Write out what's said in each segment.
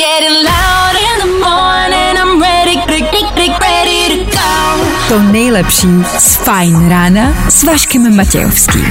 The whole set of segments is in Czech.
To nejlepší z Fajn rána s Vaškem Matějovským.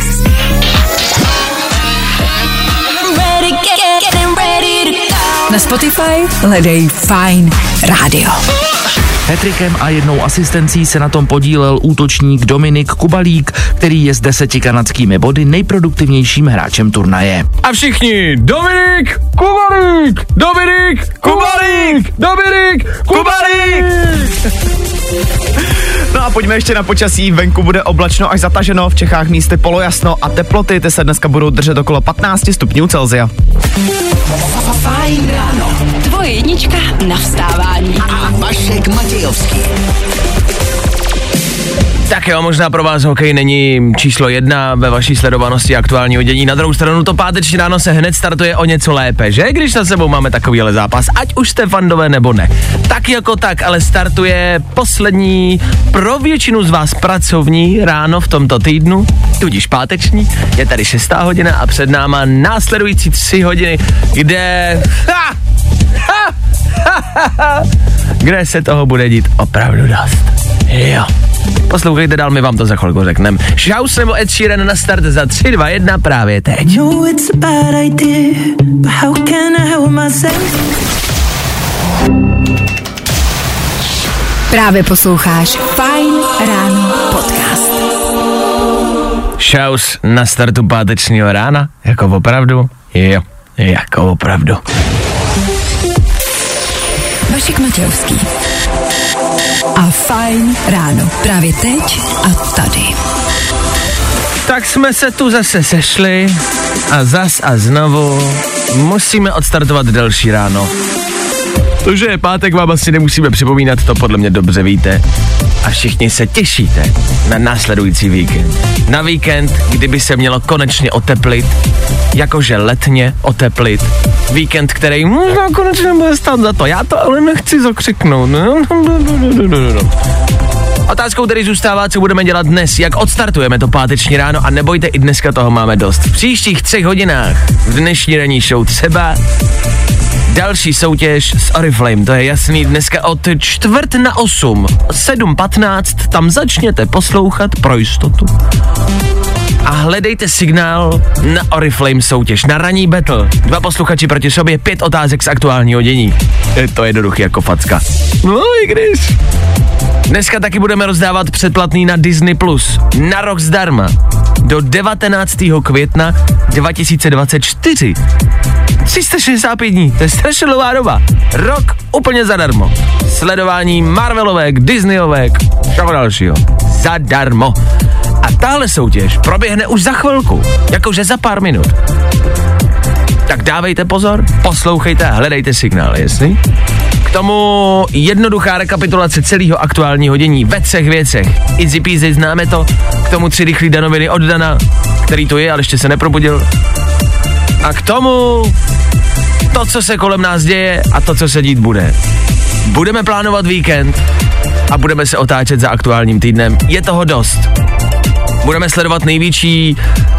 Na Spotify hledej Fajn rádio. Hat-trickem a jednou asistencí se na tom podílel útočník Dominik Kubalík, který je s 10 kanadskými body nejproduktivnějším hráčem turnaje. A všichni, Dominik Kubalík! Dominik Kubalík! Dominik Kubalík! No a pojďme ještě na počasí. Venku bude oblačno až zataženo, v Čechách místy polojasno a teploty ty se dneska budou držet okolo 15 stupňů Celsia. Fajn ráno. Tvoje jednička na vstávání. A Vašek Matějovský. Tak jo, možná pro vás hokej není číslo 1 ve vaší sledovanosti aktuálního dění. Na druhou stranu to páteční ráno se hned startuje o něco lépe, že? Když za sebou máme takovýhle zápas, ať už jste fandové nebo ne. Tak jako tak, ale startuje poslední pro většinu z vás pracovní ráno v tomto týdnu, tudíž páteční. Je tady 6. hodina a před náma následující 3 hodiny, kde... kde se toho bude dít opravdu dost. Jo. Poslouchejte dál, my vám to za chvilku řekneme. Shouse nebo Ed Sheeran na start za 3, 2, 1 právě teď. Právě posloucháš Fajn ráno podcast. Shouse na startu pátečního rána? Jako opravdu? Jo, jako opravdu. Vašek Matějovský a Fajn ráno. Právě teď a tady. Tak jsme se tu zase sešli a zas a znovu musíme odstartovat další ráno. To, že je pátek, vám asi nemusíme připomínat, to podle mě dobře víte. A všichni se těšíte na následující víkend. Na víkend, kdyby se mělo konečně oteplit, jakože letně oteplit. Víkend, který možná konečně bude stát za to. Já to ale nechci zakřiknout. Otázkou tedy zůstává, co budeme dělat dnes, jak odstartujeme to páteční ráno a nebojte, i dneska toho máme dost. V příštích 3 hodinách v dnešní ranní show třeba další soutěž s Oriflame, to je jasný, dneska od 7:45, 7:15, tam začněte poslouchat pro jistotu. A hledejte signál na Oriflame soutěž, na ranní battle. 2 posluchači proti sobě, 5 otázek z aktuálního dění. Je to jednoduchý jako facka. No i když. Dneska taky budeme rozdávat předplatný na Disney+, na rok zdarma, do 19. května 2024. 365 dní, to je strašně dlouhá doba. Rok úplně zadarmo. Sledování Marvelovek, Disneyovek, všeho dalšího. Zadarmo. A tahle soutěž proběhne už za chvilku, jakože za pár minut. Tak dávejte pozor, poslouchejte a hledejte signál, jasný? K tomu jednoduchá rekapitulace celého aktuálního dění ve 3 věcech. Easy peasy, známe to. K tomu 3 rychlý danoviny od Dana, který tu je, ale ještě se neprobudil. A k tomu to, co se kolem nás děje a to, co se dít bude. Budeme plánovat víkend a budeme se otáčet za aktuálním týdnem. Je toho dost. Budeme sledovat největší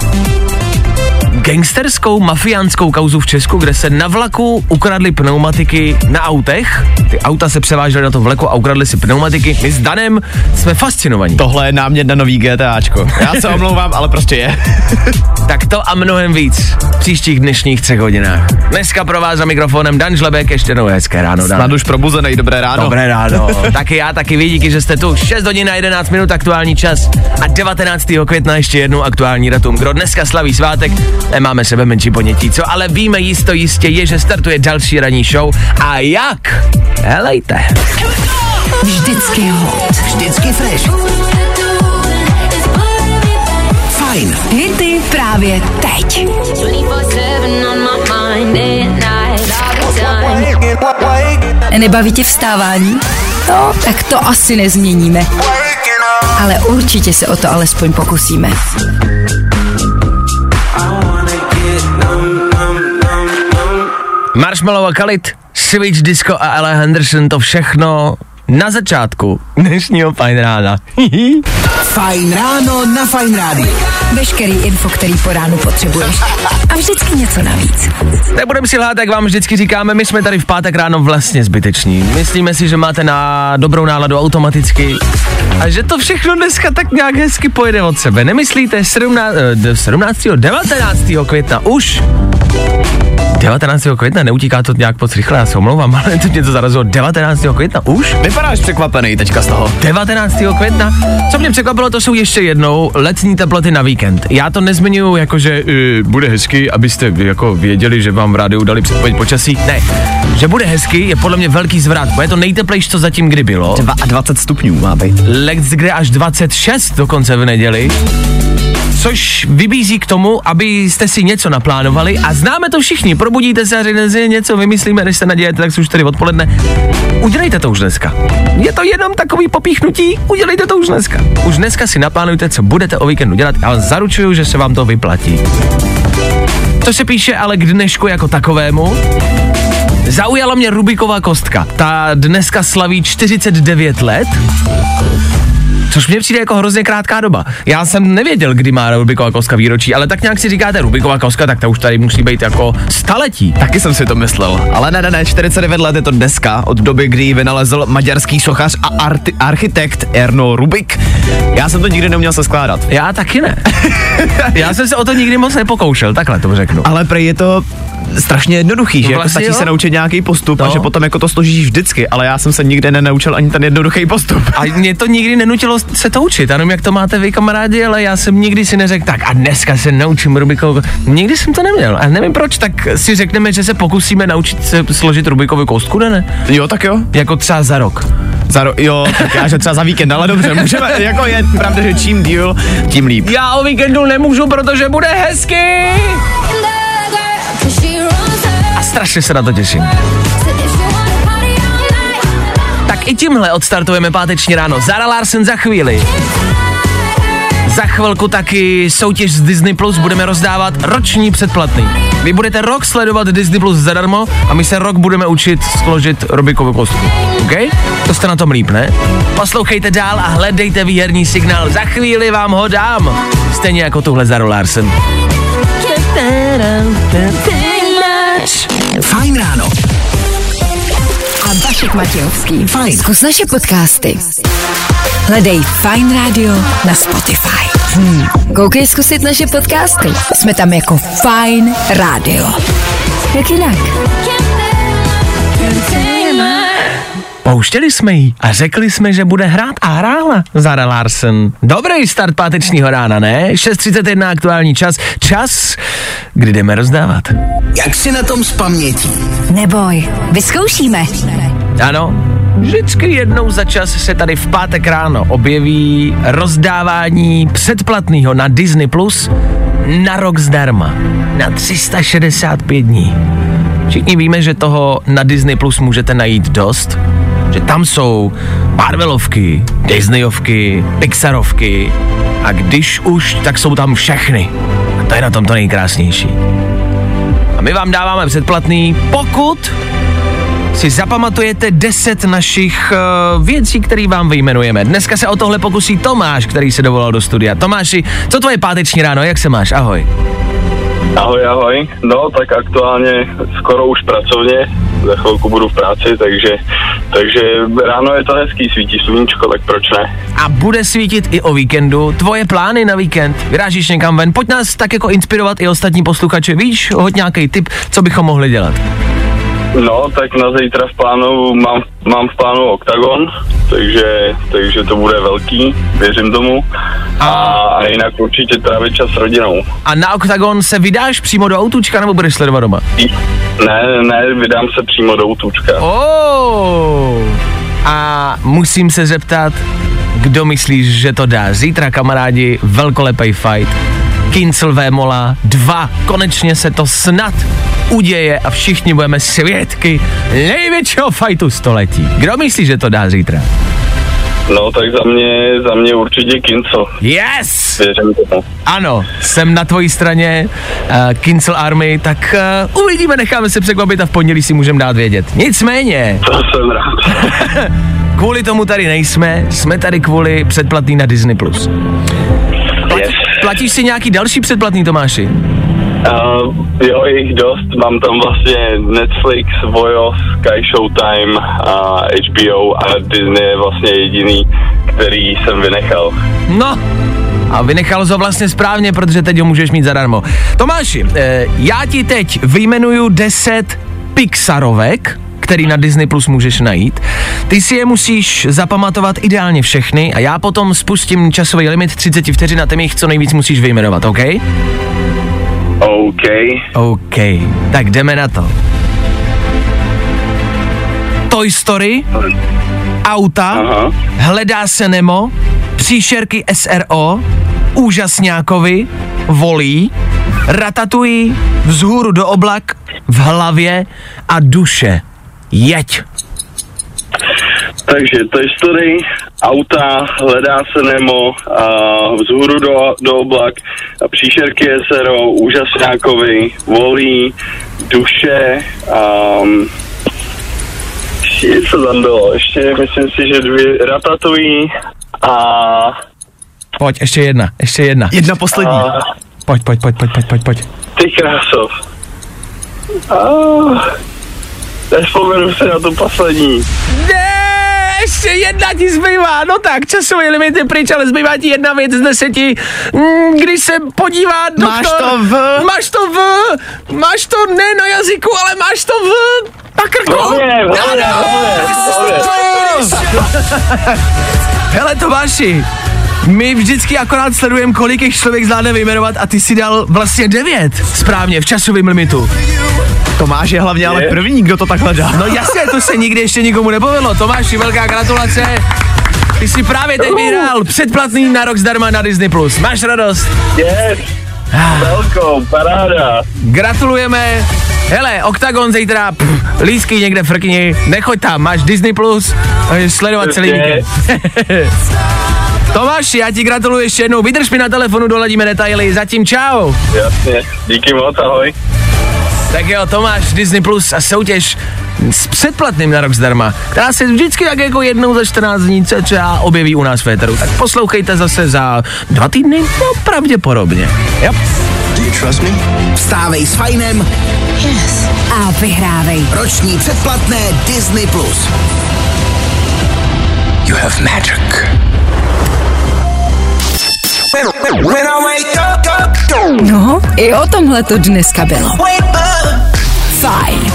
gangsterskou, mafiánskou kauzu v Česku, kde se na vlaku ukradly pneumatiky na autech. Ty auta se převážely na to vleku a ukradly si pneumatiky. My s Danem jsme fascinovaní. Tohle je námět na nový GTAčko. Já se omlouvám, ale prostě je. Tak to a mnohem víc v příštích dnešních 3 hodinách. Dneska pro vás za mikrofonem Dan Žlebek, ještě jednou hezké ráno, Dan. Snad už probuzenej, dobré ráno. Dobré ráno. Taky já, taky vy, díky, že jste tu. 6 hodin a 11 minut aktuální čas a 19. května ještě jednou aktuální datum. Kdo dneska slaví svátek, nemáme sebe menší ponětí, co ale víme jistě je, že startuje další ranní show. A jak? Helejte. Vždycky hot. Vždycky fresh. Fajn. Hity právě teď. Nebaví tě vstávání? No, tak to asi nezměníme. Ale určitě se o to alespoň pokusíme. Marshmallow a Khalid, Switch Disco a Ella Henderson, to všechno na začátku dnešního Fajn rána. Fajn ráno na Fajn rádiu. Veškerý info, který po ránu potřebuješ. A vždycky něco navíc. Nebudem si lhát, jak vám vždycky říkáme, my jsme tady v pátek ráno vlastně zbyteční. Myslíme si, že máte na dobrou náladu automaticky a že to všechno dneska tak nějak hezky pojede od sebe. Nemyslíte? 19. května už? 19. května, neutíká to nějak moc rychle, já se omlouvám, ale to mě to zarazilo. 19. května už? Vypadáš překvapený teďka z toho. 19. května? Co mě překvapilo, to jsou ještě jednou letní teploty na víkend. Já to nezmiňuji jako, že bude hezky, abyste jako věděli, že vám v rádiu dali předpověď počasí. Ne, že bude hezky je podle mě velký zvrat, bo je to nejteplejší, co zatím kdy bylo. 22 stupňů má být. Lex kde až 26 dokonce v neděli. Což vybízí k tomu, abyste si něco naplánovali a známe to všichni, probudíte se a řeknete si něco, vymyslíme, než se nadějete, tak jsou už tady odpoledne. Udělejte to už dneska. Je to jenom takový popíchnutí, udělejte to už dneska. Už dneska si naplánujte, co budete o víkendu dělat a zaručuju, že se vám to vyplatí. To se píše ale k dnešku jako takovému. Zaujala mě Rubikova kostka. Ta dneska slaví 49 let. Což mně přijde jako hrozně krátká doba. Já jsem nevěděl, kdy má Rubikova kostka výročí, ale tak nějak si říkáte Rubikova kostka, tak ta už tady musí být jako staletí. Taky jsem si to myslel, ale ne, 49 let je to dneska, od doby, kdy ji vynalezl maďarský sochař a architekt Erno Rubik. Já jsem to nikdy neuměl se skládat. Já taky ne. Já jsem se o to nikdy moc nepokoušel, takhle to řeknu. Ale prej je to strašně jednoduchý, že vlastně jako stačí se naučit nějaký postup a že potom jako to složíš vždycky, ale já jsem se nikdy nenaučil ani ten jednoduchý postup. A mě to nikdy nenutilo se to učit, já nevím, jak to máte vy, kamarádi, ale já jsem nikdy si neřekl, tak a dneska se naučím Rubikovu. Nikdy jsem to neměl a nevím proč, tak si řekneme, že se pokusíme naučit se složit Rubikovu kostku, ne? Jo, tak jo. Jako třeba za rok. Jo, tak já, že třeba za víkend, ale dobře, můžeme, jako je pravda, že čím díl, tím líp. Já o víkendu nemůžu, protože bude hezky. A strašně se na to těším. Tak i tímhle odstartujeme páteční ráno. Zara Larsson za chvíli. Za chvilku taky soutěž z Disney Plus budeme rozdávat roční předplatný. Vy budete rok sledovat Disney Plus zadarmo a my se rok budeme učit složit Rubikovu kostku. OK? To jste na tom líp, ne? Poslouchejte dál a hledejte výherní signál. Za chvíli vám ho dám. Stejně jako tuhle Zaru Larsson. Fajn ráno. A Vašek Matějovský. Fajn. Zkus naše podcasty. Hledej Fajn Radio na Spotify. Koukej zkusit naše podcasty. Jsme tam jako Fajn Radio. Jak jinak? Pouštěli jsme jí a řekli jsme, že bude hrát a hrála Zara Larsson. Dobrý start pátečního rána, ne? 6:31 aktuální čas. Čas, kdy jdeme rozdávat. Jak si na tom z pamětí? Neboj, vyzkoušíme. Ano, vždycky jednou za čas se tady v pátek ráno objeví rozdávání předplatného na Disney Plus na rok zdarma. Na 365 dní. Všichni víme, že toho na Disney Plus můžete najít dost. Že tam jsou Marvelovky, Disneyovky, Pixarovky a když už, tak jsou tam všechny. A to je na tom to nejkrásnější. A my vám dáváme předplatný, pokud si zapamatujete 10 našich věcí, které vám vyjmenujeme. Dneska se o tohle pokusí Tomáš, který se dovolal do studia. Tomáši, co tvoje páteční ráno, jak se máš? Ahoj. Ahoj. No, tak aktuálně skoro už pracovně, za chvilku budu v práci, takže ráno je to hezký, svítí sluníčko, tak proč ne? A bude svítit i o víkendu. Tvoje plány na víkend? Vyrážíš někam ven? Pojď nás tak jako inspirovat i ostatní posluchače. Víš, hoď nějaký tip, co bychom mohli dělat? No, tak na zítra v plánu mám v plánu Octagon, takže to bude velký, věřím tomu. A jinak určitě trávit čas s rodinou. A na Octagon se vydáš přímo do autůčka, nebo budeš sledovat doma? Ne, vydám se přímo do autůčka. A musím se zeptat, kdo myslíš, že to dá? Zítra, kamarádi, velkolepej fight. Kincl Vémola 2. Konečně se to snad uděje a všichni budeme svědky největšího fightu století. Kdo myslí, že to dá zítra? No, tak za mě určitě Kincl. Yes! Věřím tomu. Ano, jsem na tvojí straně, Kincl Army, tak uvidíme, necháme se překvapit a v pondělí si můžeme dát vědět. Nicméně. To jsem rád. kvůli tomu tady nejsme, jsme tady kvůli předplatný na Disney+. Platíš si nějaký další předplatný, Tomáši? Jo, jich dost. Mám tam vlastně Netflix, Vojo, Sky Showtime, HBO a Disney je vlastně jediný, který jsem vynechal. No, a vynechal to vlastně správně, protože teď ho můžeš mít zadarmo. Tomáši, já ti teď vyjmenuju 10 Pixarovek, který na Disney Plus můžeš najít. Ty si je musíš zapamatovat ideálně všechny a já potom spustím časový limit 30 vteřin a ty mi jich co nejvíc musíš vyjmenovat, OK? OK. Tak jdeme na to. Toy Story, Auta, Aha. Hledá se Nemo, Příšerky SRO, Úžasňákovi, Volí, Ratatouille, Vzhůru do oblak, V hlavě a Duše. Jeď. Takže Toy Story, Auta, Hledá se Nemo, Vzhůru do oblak, Příšerky SRO, Úžasňákovi, Volí, Duše, co tam bylo? Ještě myslím si, že 2 Ratatouille a... Pojď, ještě jedna. Jedna poslední. Pojď. Ty krásov. Nespomenu se na tu poslední. Ne, ještě jedna ti zbývá. No tak, časový limit je pryč, ale zbývá ti jedna věc z 10. Když se podívá doktor... Máš to ne na jazyku, ale máš to na krku. Hele Tomáši, my vždycky akorát sledujeme, kolik jich člověk zvládne vyjmenovat a ty si dal vlastně 9 správně v časovém limitu. Tomáš je hlavně ale první, kdo to takhle dá. No jasně, to se nikdy ještě nikomu nepovedlo. Tomáši, velká gratulace. Ty jsi právě teď vyhrál předplatný na rok zdarma na Disney+. Máš radost? Yes. Velkou, paráda. Gratulujeme. Hele, Octagon zítra, lístky někde frkni, nechoď tam, máš Disney+, sledovat celý víkend. Tomáši, já ti gratuluji ještě jednou, vydrž mi na telefonu, doladíme detaily, zatím čau. Jasně, díky moc, ahoj. Tak jo, Tomáš, Disney Plus a soutěž s předplatným na rok zdarma, která se vždycky tak jako jednou za 14 dní třeba objeví u nás v éteru. Tak poslouchejte zase za 2 týdny, no pravděpodobně. Yep. Do you trust me? Vstávej s Fajnem. Yes. A vyhrávej. Roční předplatné Disney+. You have magic. No, i o tomhle to dneska bylo. Fajn.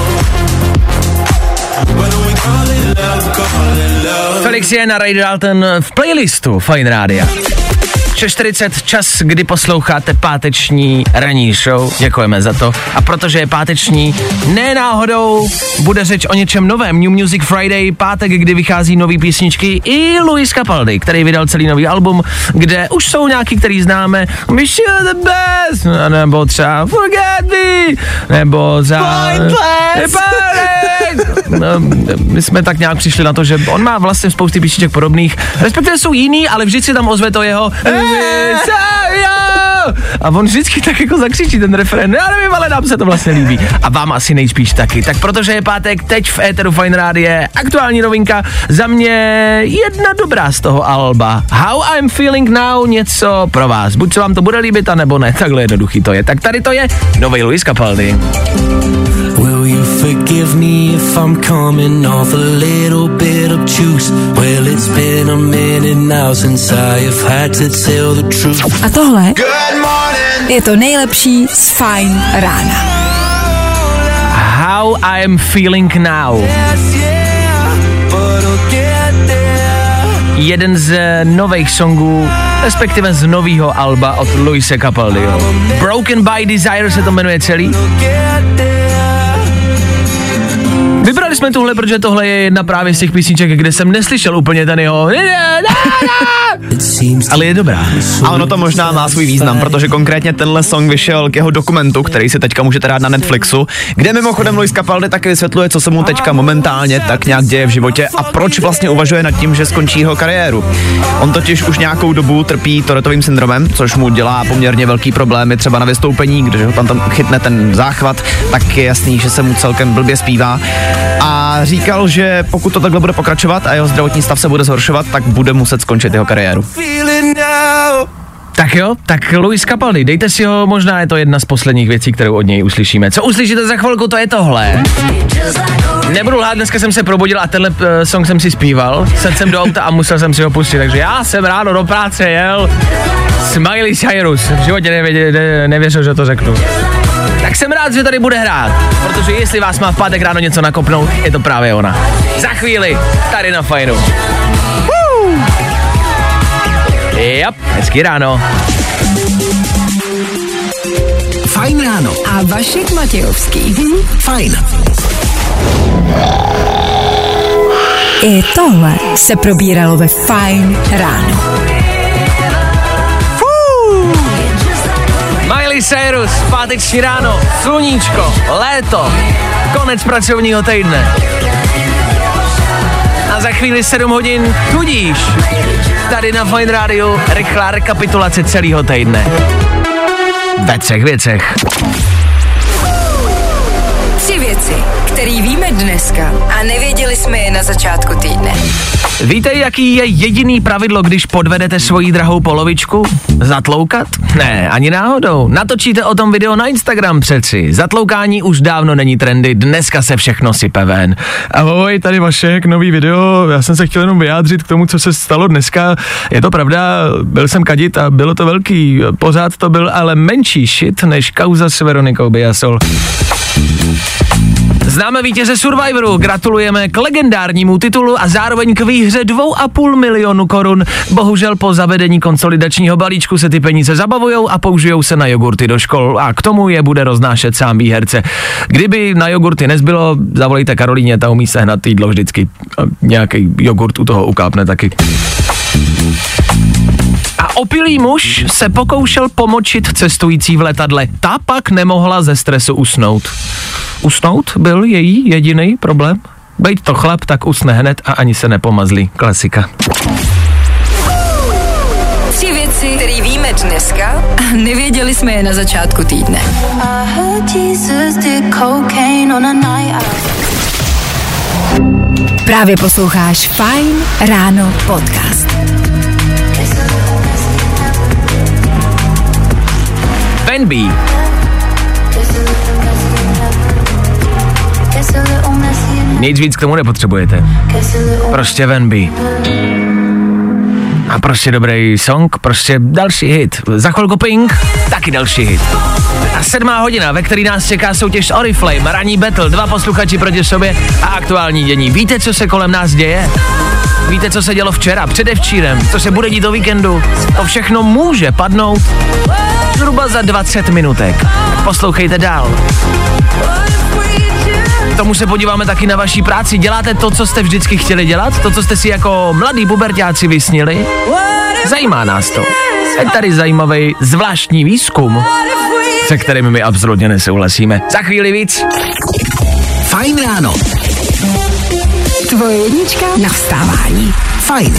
Felix je na Ray Dalton v playlistu Fajn Rádia. 6:40, čas, kdy posloucháte páteční ranní show. Děkujeme za to. A protože je páteční, ne náhodou bude řeč o něčem novém. New Music Friday, pátek, kdy vychází nový písničky, i Luis Capaldi, který vydal celý nový album, kde už jsou nějaký, který známe. Wish you the best, nebo třeba Forget Me, nebo třeba no, my jsme tak nějak přišli na to, že on má vlastně spousty písniček podobných, respektive jsou jiný, ale vždycky tam ozve to jeho a on vždycky tak jako zakřičí ten refrén. Já nevím, ale nám se to vlastně líbí. A vám asi nejspíš taky. Tak protože je pátek, teď v éteru Fajn Rádia, aktuální novinka, za mě jedna dobrá z toho alba. How I'm Feeling Now, něco pro vás. Buď se vám to bude líbit, anebo ne. Takhle jednoduchý to je. Tak tady to je nový Luis Capaldi. Will you forgive me if I'm coming off a little bit obtuse? Well, it's been a minute now since I have had to tell the truth. A tohle je to nejlepší z Fajn rána. How I'm Feeling Now. Jeden z nových songů, respektive z novýho alba od Luise Capaldiho. Broken by Desire se to jmenuje celý. Vybrali jsme tuhle, protože tohle je jedna právě z těch písniček, kde jsem neslyšel úplně ten jeho... Ale je dobrá. A ono to možná má svůj význam, protože konkrétně tenhle song vyšel k jeho dokumentu, který si teďka můžete dát na Netflixu, kde mimochodem Luis Capaldi taky vysvětluje, co se mu teďka momentálně tak nějak děje v životě a proč vlastně uvažuje nad tím, že skončí jeho kariéru. On totiž už nějakou dobu trpí Tourettovým syndromem, což mu dělá poměrně velký problémy třeba na vystoupení, když ho tam chytne ten záchvat, tak je jasný, že se mu celkem blbě zpívá. a říkal, že pokud to takhle bude pokračovat a jeho zdravotní stav se bude zhoršovat, tak bude muset skončit jeho kariéru. Tak jo, tak Luis Capaldi, dejte si ho, možná je to jedna z posledních věcí, kterou od něj uslyšíme. Co uslyšíte za chvilku, to je tohle. Nebudu lhát, dneska jsem se probudil a tenhle song jsem si zpíval, sedl jsem do auta a musel jsem si ho pustit, takže já jsem ráno do práce jel s Miley Cyrus, v životě nevěřil, že to řeknu. Tak jsem rád, že tady bude hrát, protože jestli vás má v pátek ráno něco nakopnout, je to právě ona. Za chvíli, tady na Fajnu. Yep, hezký ráno. Fajn ráno. A Vašek Matějovský. Fajn. I tohle se probíralo ve Fajn ráno. Miley Cyrus, páteční ráno, sluníčko, léto, konec pracovního týdne. A za chvíli 7 hodin, tudíž tady na Fajn rádiu rychlá rekapitulace celého týdne. Ve 3 věcech. 3 věci, které víme dneska a nevěděli jsme je na začátku týdne. Víte, jaký je jediný pravidlo, když podvedete svoji drahou polovičku? Zatloukat? Ne, ani náhodou. Natočíte o tom video na Instagram přeci. Zatloukání už dávno není trendy, dneska se všechno sype ven. Ahoj, tady Vašek, nový video. Já jsem se chtěl jenom vyjádřit k tomu, co se stalo dneska. Je to pravda, byl jsem kadit a bylo to velký. Pořád to byl ale menší shit než kauza s Veronikou Biasol. Známe vítěze Survivoru, gratulujeme k legendárnímu titulu a zároveň k výhře 2,5 milionu korun. Bohužel po zavedení konsolidačního balíčku se ty peníze zabavujou a použijou se na jogurty do škol a k tomu je bude roznášet sám výherce. Kdyby na jogurty nezbylo, zavolejte Karolíně, ta umí sehnat jídlo vždycky. A nějaký jogurt u toho ukápne taky. A opilý muž se pokoušel pomočit cestující v letadle. Ta pak nemohla ze stresu usnout. Usnout byl její jediný problém? Bejt to chlap, tak usne hned a ani se nepomazlí. Klasika. 3 věci, které víme dneska a nevěděli jsme je na začátku týdne. Právě posloucháš Fajn ráno podcast. Ben B. Nic víc k tomu nepotřebujete. Prostě Van B. A prostě dobrý song, prostě další hit. Za chvilku Pink, taky další hit. A 7 hodina, ve který nás čeká soutěž Oriflame, ranní battle, 2 posluchači proti sobě a aktuální dění. Víte, co se kolem nás děje? Víte, co se dělo včera, předevčírem, co se bude dít o víkendu? To všechno může padnout zhruba za 20 minutek. Poslouchejte dál. K tomu se podíváme taky na vaší práci. Děláte to, co jste vždycky chtěli dělat? To, co jste si jako mladí puberťáci vysnili? Zajímá nás to. Je tady zajímavý zvláštní výzkum, se kterým my absolutně nesouhlasíme. Za chvíli víc. Fajn ráno. Tvoje jednička na vstávání. Fajn.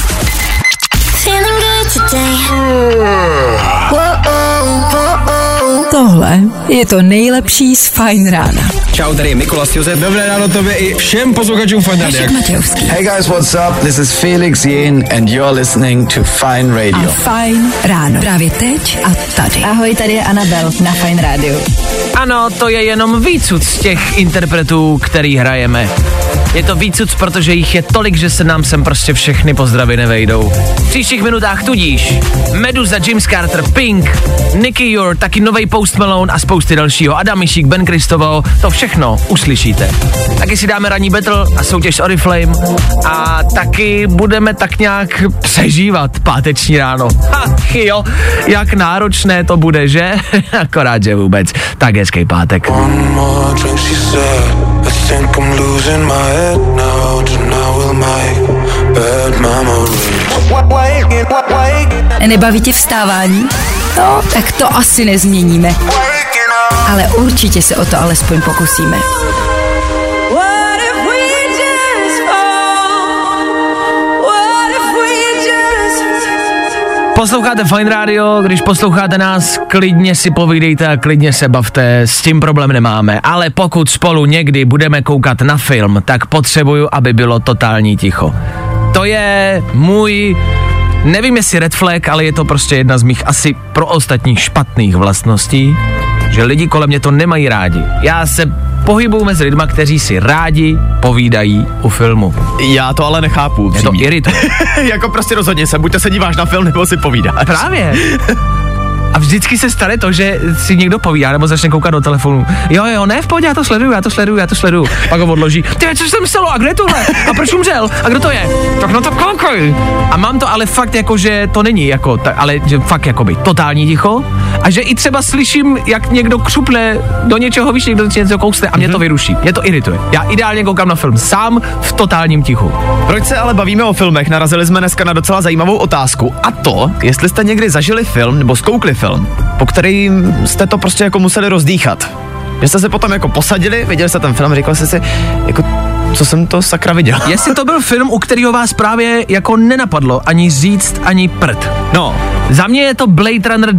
Tohle je to nejlepší z Fajn rána. Čau, tady je Mikolas Josef. Dobré ráno tobě i všem posluchačům Fajn rádia. Vašek Matějovský. Hey guys, what's up? This is Felix Jen and you're listening to Fajn Radio. A Fajn ráno. Právě teď a tady. Ahoj, tady je Anabel na Fajn rádiu. Ano, to je jenom výcuc z těch interpretů, který hrajeme. Je to výcuc, protože jich je tolik, že se nám sem prostě všechny pozdravy nevejdou. V příštích minutách tudíž Meduza, James Carter, Pink, Nicky Your, taky novej Post Malone a spousty dalšího. Adam Mišík, Ben Kristoval, to všechno uslyšíte. Taky si dáme ranní battle a soutěž Oriflame a taky budeme tak nějak přežívat páteční ráno. Jo, jak náročné to bude, že? Akorát, že vůbec. Tak hezký pátek. Nebaví tě vstávání? No, tak to asi nezměníme. Ale určitě se o to alespoň pokusíme. posloucháte Fine Radio, když posloucháte nás, klidně si povídejte a klidně se bavte, s tím problém nemáme. Ale pokud spolu někdy budeme koukat na film, tak potřebuju, aby bylo totální ticho. To je můj, nevím jestli red flag, ale je to prostě jedna z mých asi pro ostatních špatných vlastností, že lidi kolem mě to nemají rádi. Já se pohybuju mezi lidma, kteří si rádi povídají u filmu. Já to ale nechápu. Je to irituje. Jako prostě rozhodně se, buď to se díváš na film, nebo si povídáš. Právě. A vždycky se stane to, že si někdo povídá nebo začne koukat do telefonu. Jo, ne, v pohodě, já to sleduju. Pak ho odloží. Ty, co se stalo? A kde je tohle? A proč umřel? A kdo to je? Tak no to koukej. A mám to ale fakt jako, že to není jako, ale že fakt jakoby totální ticho. A že i třeba slyším, jak někdo křuple do něčeho, víš, někdo něco kousne a mě to vyruší. Mě to irituje. Já ideálně koukám na film sám v totálním tichu. Proč se ale bavíme o filmech? Narazili jsme dneska na docela zajímavou otázku. A to, jestli jste někdy zažili film nebo zkoukli film, po kterým jste to prostě jako museli rozdýchat. Že jste se potom jako posadili, viděli jste ten film a říkali jste si, jako, co jsem to sakra viděl. Jestli to byl film, u kterého vás právě jako nenapadlo ani říct, ani prd. No. Za mě je to Blade Runner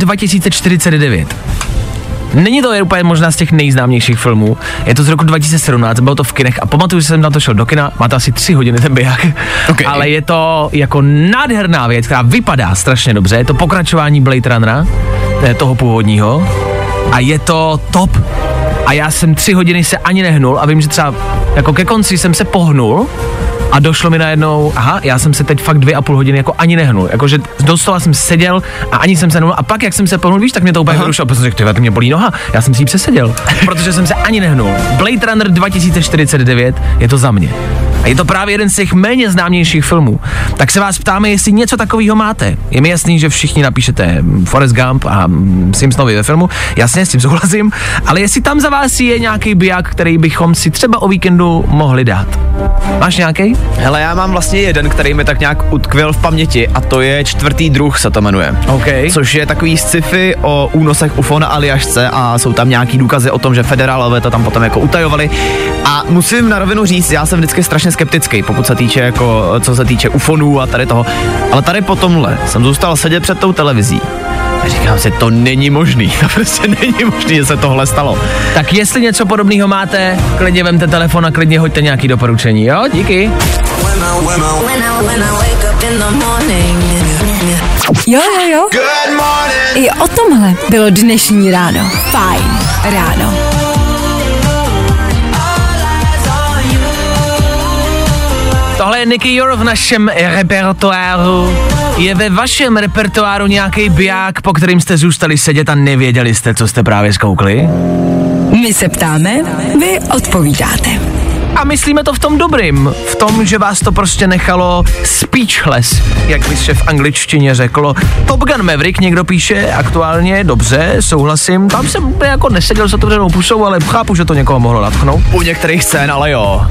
2049. Není to úplně možná z těch nejznámějších filmů. Je to z roku 2017, bylo to v kinech a pamatuju, že jsem na to šel do kina, má to asi 3 hodiny ten biják. Okay. Ale je to jako nádherná věc, která vypadá strašně dobře. Je to pokračování Blade Runnera, toho původního. A je to top. A já jsem 3 hodiny se ani nehnul a vím, že třeba jako ke konci jsem se pohnul a došlo mi najednou, aha, já jsem se teď fakt 2,5 hodiny jako ani nehnul, jakože doslova jsem seděl a ani jsem se nehnul a pak jak jsem se pohnul, víš, tak mě to úplně vyrušilo, protože jsem řekl, ty mě bolí noha, já jsem si ji přeseděl, protože jsem se ani nehnul. Blade Runner 2049 je to za mě. A je to právě jeden z těch méně známějších filmů. Tak se vás ptáme, jestli něco takového máte. Je mi jasný, že všichni napíšete Forrest Gump a Simpsonovi ve filmu, jasně, s tím souhlasím, ale jestli tam za vás je nějaký biják, který bychom si třeba o víkendu mohli dát. Máš nějaký? Hele, já mám vlastně jeden, který mi tak nějak utkvěl v paměti a to je Čtvrtý druh se to jmenuje. Okay. Což je takový sci-fi o únosech UFO na Aljašce a jsou tam nějaký důkazy o tom, že federálové to tam potom jako utajovali. A musím na rovinu říct, já jsem vždycky strašně skeptický, pokud se týče jako, co se týče ufonů a tady toho. Ale tady po tomhle jsem zůstal sedět před tou televizí. A říkám si, to není možný, to prostě není možný, že se tohle stalo. Tak jestli něco podobného máte, klidně vemte telefon a klidně hoďte nějaký doporučení, jo? Díky. Jo. I o tomhle bylo dnešní ráno. Fajn ráno. Tohle je Nicky Jor v našem repertoáru. Je ve vašem repertoáru nějaký biják, po kterým jste zůstali sedět a nevěděli jste, co jste právě zkoukli? My se ptáme, vy odpovídáte. A myslíme to v tom dobrým, v tom, že vás to prostě nechalo speechless, jak by se v angličtině řeklo. Top Gun Maverick někdo píše aktuálně, dobře, souhlasím, tam jsem jako neseděl s otevřenou pusou, ale chápu, že to někoho mohlo natknout. U některých scén, ale jo.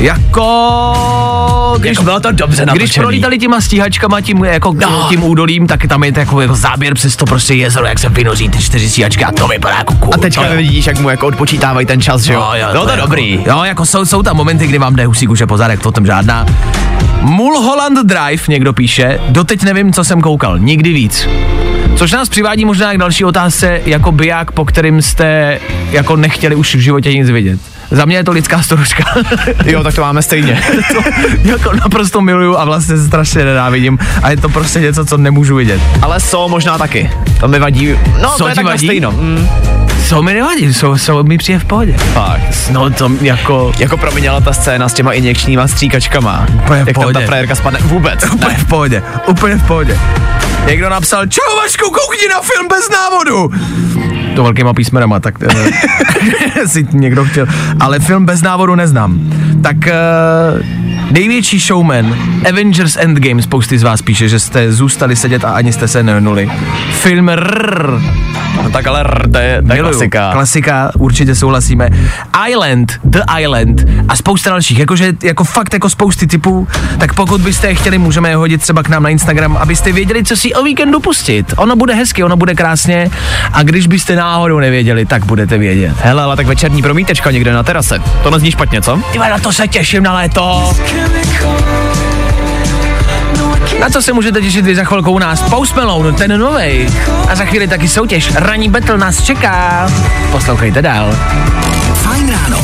Když bylo to dobře natočený. Když prolítali těma stíhačkama tím údolím, tak tam je jako záběr přes to prostě jezero, jak se vynoří ty 4 stíhačky a to vypadá jako cool. A teďka vidíš, jak mu jako odpočítávají ten čas, že jo? No, to je dobrý. Jo, jako jsou tam momenty, kdy vám jde husík už je po zadek, to tam žádná. Mulholland Drive někdo píše, doteď nevím, co jsem koukal, nikdy víc. Což nás přivádí možná k další otázce, jako biják, po kterým jste jako nechtěli už v životě nic vidět. Za mě je to lidská storuška. Jo, tak to máme stejně. To jako naprosto miluju a vlastně strašně nenávidím a je to prostě něco, co nemůžu vidět. Ale možná taky. To mi vadí. No, to je tak stejno. Mi nevadí, mi přijde v pohodě. Fakt. No to jako... Jako proměnila ta scéna s těma injekčníma stříkačkama. Úplně v pohodě. Jak tam ta frérka spadne. Vůbec. Úplně v pohodě. Někdo napsal, čau Vašku, koukni na film bez návodu. To velkýma písmenama, tak si někdo chtěl. Ale film bez návodu neznám. Tak největší showman, Avengers Endgame, spousty z vás píše, že jste zůstali sedět a ani jste se nehnuli. Film RRR. No tak ale to je klasika. Klasika, určitě souhlasíme. The Island a spousta dalších, jako fakt jako spousty typů, tak pokud byste je chtěli, můžeme je hodit třeba k nám na Instagram, abyste věděli, co si o víkendu pustit. Ono bude hezky, ono bude krásně a když byste náhodou nevěděli, tak budete vědět. Hele, ale tak večerní promítečka někde na terase, to nezní špatně, co? Tyhle, na to se těším na léto. Na co se můžete těšit vy za chvilku u nás? Post Malone, ten novej. A za chvíli taky soutěž. Ranní battle nás čeká. Poslouchejte dál. Fajn ráno.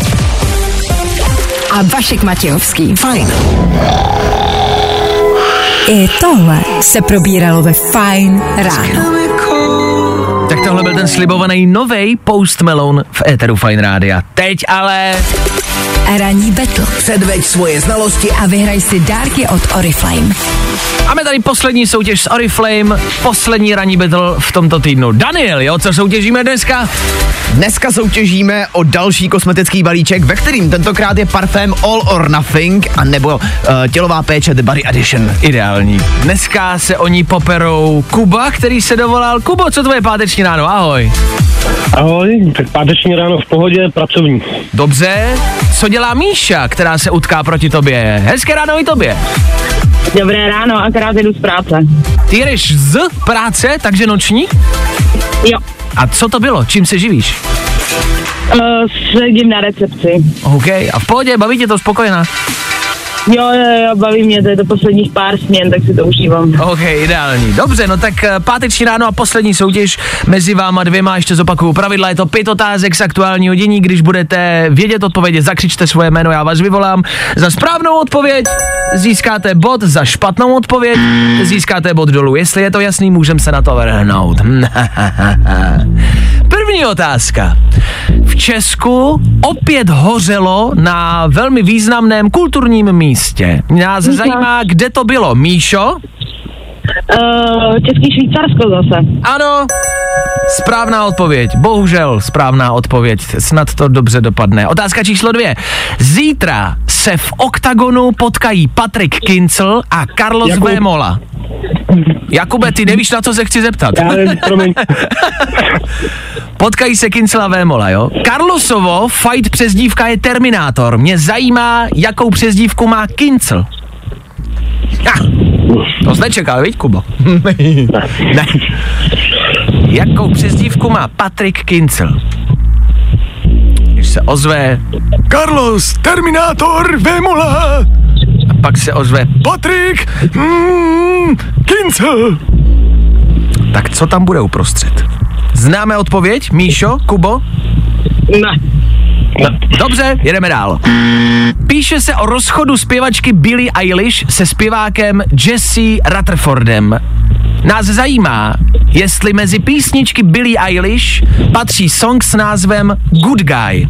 A Vašek Matějovský. Fajn. I tohle se probíralo ve Fajn ráno. Tak tohle byl ten slibovaný novej Post Malone v éteru Fajn rádia. Teď ale... Ranní battle. Předveď svoje znalosti A vyhraj si dárky od Oriflame. Máme tady poslední soutěž s Oriflame, poslední ranní battle v tomto týdnu. Daniel, jo, co soutěžíme dneska? Dneska soutěžíme o další kosmetický balíček, ve kterým tentokrát je parfém All or Nothing a nebo tělová péče The Body Edition. Ideální. Dneska se o ní poperou Kuba, který se dovolal. Kubo, co tvoje páteční ráno? Ahoj. Ahoj, tak páteční ráno v pohodě, pracovní. Dobře. Co dělá Míša, která se utká proti tobě? Hezké ráno i tobě. Dobré ráno, akorát jdu z práce. Ty jdeš z práce, takže noční? Jo. A co to bylo? Čím se živíš? Sedím na recepci. OK, a v pohodě, baví tě to, spokojená? Jo, baví mě, to je to posledních pár směn, tak si to užívám. OK, ideální. Dobře, no tak páteční ráno a poslední soutěž mezi váma dvěma, ještě zopakuju pravidla, je to 5 otázek z aktuálního dění, když budete vědět odpovědi, zakřičte svoje jméno, já vás vyvolám. Za správnou odpověď získáte bod, za špatnou odpověď získáte bod dolů. Jestli je to jasný, můžeme se na to vrhnout. První otázka. V Česku opět hořelo na velmi významném kulturním místě. Nás zajímá, kde to bylo. Míšo? Český Švýcarsko zase. Ano, správná odpověď. Bohužel správná odpověď. Snad to dobře dopadne. Otázka číslo 2. Zítra se v Oktagonu potkají Patrik Kincl a Carlos Vémola. Jakube, ty nevíš, na co se chci zeptat. Potkají se Kincl a Vémola, jo? Carlosovo fight přezdívka je Terminátor. Mě zajímá, jakou přezdívku má Kincl. To jsi nečekal, viď, Kubo? Ne. Jakou přezdívku má Patrik Kincl? Když se ozve Carlos, Terminátor, Vémola. A pak se ozve Patrik Kincl. Tak co tam bude uprostřed? Známe odpověď, Míšo, Kubo? Ne. Dobře, jedeme dál. Píše se o rozchodu zpěvačky Billie Eilish se zpěvákem Jesse Rutherfordem. Nás zajímá, jestli mezi písničky Billie Eilish patří song s názvem Good Guy.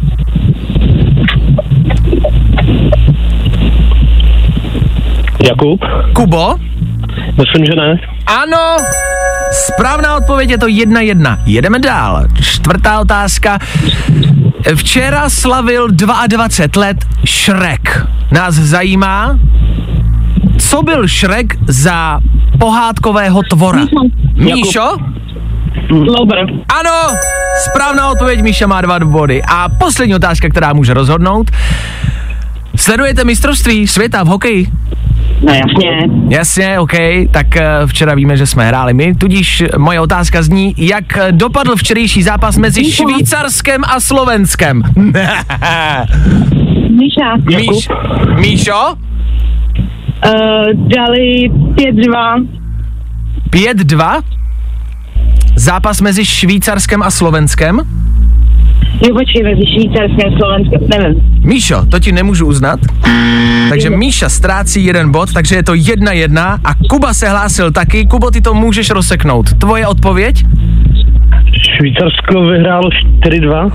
Jakub? Kubo? Myslím, že ne. Ano, správná odpověď, je to 1-1. Jedeme dál. 4. otázka. Včera slavil 22 let Shrek. Nás zajímá, co byl Shrek za pohádkového tvora. Míšo? Lober. Ano, správná odpověď, Míša má 2 body. A poslední otázka, která může rozhodnout. Sledujete mistrovství světa v hokeji? No jasně. Jasně, OK, tak včera víme, že jsme hráli my, tudíž moje otázka zní, jak dopadl včerejší zápas mezi Švýcarskem a Slovenskem? Míša. Míšo? Dali 5-2. 5-2? Zápas mezi Švýcarskem a Slovenskem? Jo, počkej, mezi Švýcarskem a Slovenskem, nevím. Míšo, to ti nemůžu uznat. Takže Míša ztrácí 1 bod, takže je to 1-1 a Kuba se hlásil taky. Kubo, ty to můžeš rozseknout. Tvoje odpověď? Švýcarsko vyhrálo 4-2.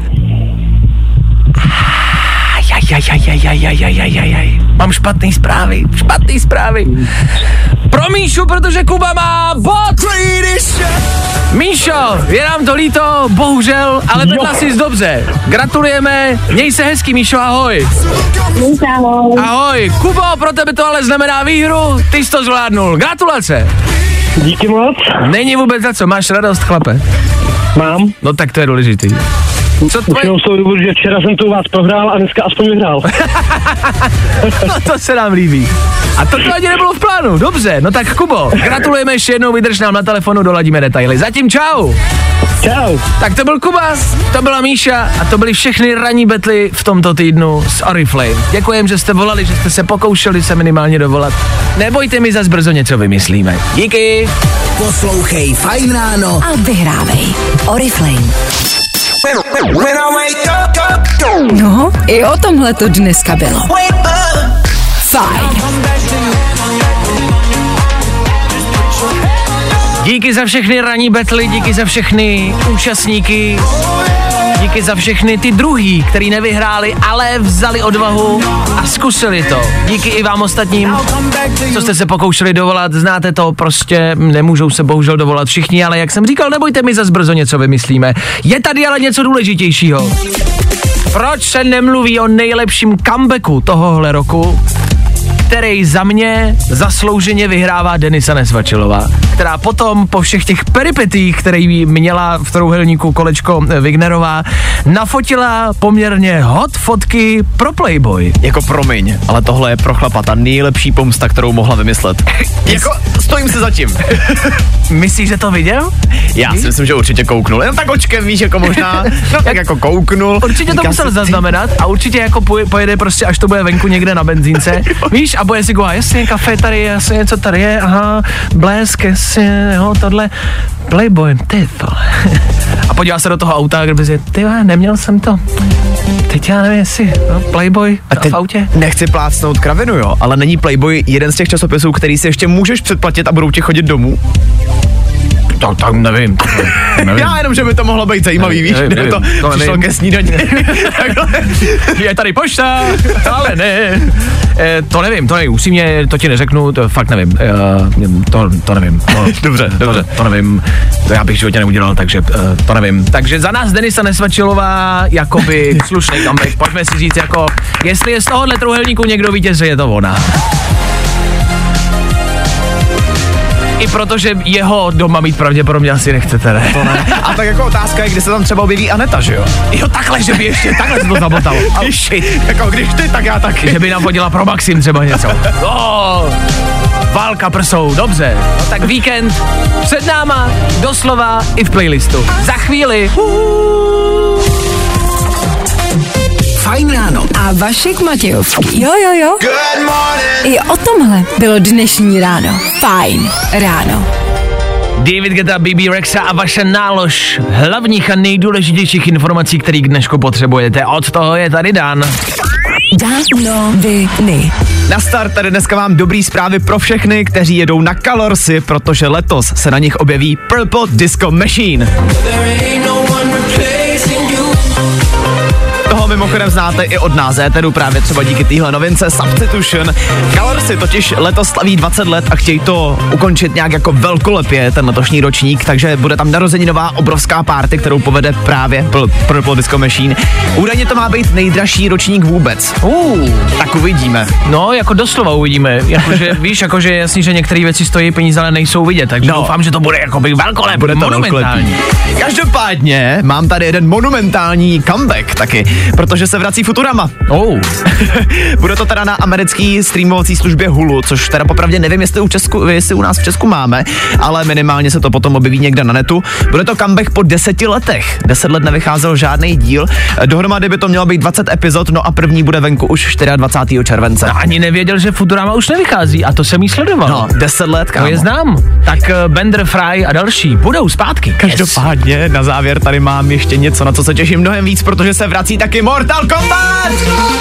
Mám špatný zprávy. Pro Míšu, protože Kuba má bod. Míšo, je nám to líto, bohužel, ale vedla jsi dobře. Gratulujeme, měj se hezky, Míšo, ahoj. Ahoj, Kubo, pro tebe to ale znamená výhru, ty jsi to zvládnul, gratulace. Díky moc. Není vůbec za co, máš radost, chlape? Mám. No tak to je důležitý. Co tvoje... Už z toho důvodu, že včera jsem tu u vás prohrál a dneska aspoň vyhrál. No to se nám líbí. A to ani nebylo v plánu, dobře, no tak Kubo, gratulujeme ještě jednou, vydrž nám na telefonu, doladíme detaily. Zatím čau. Čau. Tak to byl Kuba, to byla Míša a to byly všechny ranní betly v tomto týdnu s Oriflame. Děkujem, že jste volali, že jste se pokoušeli se minimálně dovolat. Nebojte, mi zas brzo něco vymyslíme. Díky. Poslouchej Fajn ráno a vyhrávej. Oriflame. No, i o tomhle to dneska bylo. Fajn. Díky za všechny ranní betly, díky za všechny účastníky, díky za všechny ty druhý, který nevyhráli, ale vzali odvahu a zkusili to. Díky i vám ostatním, co jste se pokoušeli dovolat, znáte to, prostě nemůžou se bohužel dovolat všichni, ale jak jsem říkal, nebojte, mi zas brzo něco vymyslíme. Je tady ale něco důležitějšího. Proč se nemluví o nejlepším comebacku tohohle roku, který za mě zaslouženě vyhrává Denisa Nesvačilová, která potom po všech těch peripetích, který měla v trojúhelníku kolečko Wignerová, nafotila poměrně hot fotky pro Playboy. Jako promiň, ale tohle je pro chlapa ta nejlepší pomsta, kterou mohla vymyslet. Jako stojím si za tím. Myslíš, že to viděl? Já si myslím, že určitě kouknul. Jen tak očkem, víš, jako možná, no tak jako kouknul. Určitě to musel zaznamenat a určitě jako pojede prostě, až to bude venku někde na benzínce. Víš, a bude si go, jasně, kafe tady, jasně, něco tady je, aha, blesk, jasně, jo, tohle, Playboy, ty to. A podívá se do toho auta, kdyby si, ty neměl jsem to. Teď já nevím, jestli, no, Playboy v autě. Nechci plácnout kravinu, jo, ale není Playboy jeden z těch časopisů, který si ještě můžeš předplatit a budou ti chodit domů? Tak nevím. Já jenom, že by to mohlo být zajímavý, víš, kdyby to přišlo ke snídani. Je tady pošta, ale ne. To nevím, upřímně to ti neřeknu, to fakt nevím. To nevím. Dobře. To nevím, to já bych v životě neudělal, takže to nevím. Takže za nás Denisa Nesvačilová, jakoby slušný comeback, pojďme si říct, jako, jestli je z tohohle trojúhelníku někdo vítěz, je to ona. I protože jeho doma mít pravděpodobně asi nechcete, ne? To ne. A tak jako otázka je, kdy se tam třeba objeví Aneta, že jo? Jo, takhle, že by ještě, takhle se to zabotalo. Jako když ty, tak já taky. Že by nám hodila pro Maxim třeba něco. Válka prsou, dobře. No tak víkend před náma, doslova i v playlistu. Za chvíli. Fajn ráno. A Vašek Matějovský. Jo. I o tomhle bylo dnešní ráno. Fajn ráno. David Guetta, BB Rexa a vaše nálož hlavních a nejdůležitějších informací, který k dnešku potřebujete. Od toho je tady Dan. Danoviny. Na start tady dneska mám dobrý zprávy pro všechny, kteří jedou na Colorsy, protože letos se na nich objeví Purple Disco Machine. Toho mimochodem znáte i od nás, éteru právě třeba díky téhle novince Substitution. Colorsy totiž letos slaví 20 let a chtějí to ukončit nějak jako velkolepě, ten letošní ročník, takže bude tam narozeninová obrovská party, kterou povede právě Purple Disco Machine. Údajně to má být nejdražší ročník vůbec. Tak uvidíme. No, jako doslova uvidíme. Jakože, víš, jakože jasný, že některé věci stojí peníze, ale nejsou vidět, takže doufám, že to bude jakoby velkolepý, bude to monumentální. Každopádně mám tady jeden monumentální comeback taky, protože se vrací Futurama. Bude to teda na americký streamovací službě Hulu, což teda popravdě nevím, jestli u nás v Česku máme, ale minimálně se to potom objeví někde na netu. Bude to comeback po 10 letech. 10 let nevycházel žádný díl. Dohromady by to mělo být 20 epizod, no a první bude venku už 24. července. No, ani nevěděl, že Futurama už nevychází a to jsem jí sledoval. No, 10 let, kámo. To je znám. Tak Bender, Fry a další budou zpátky. Každopádně na závěr tady mám ještě něco, na co se těším mnohem víc, protože se vrací taky Mortal Kombat!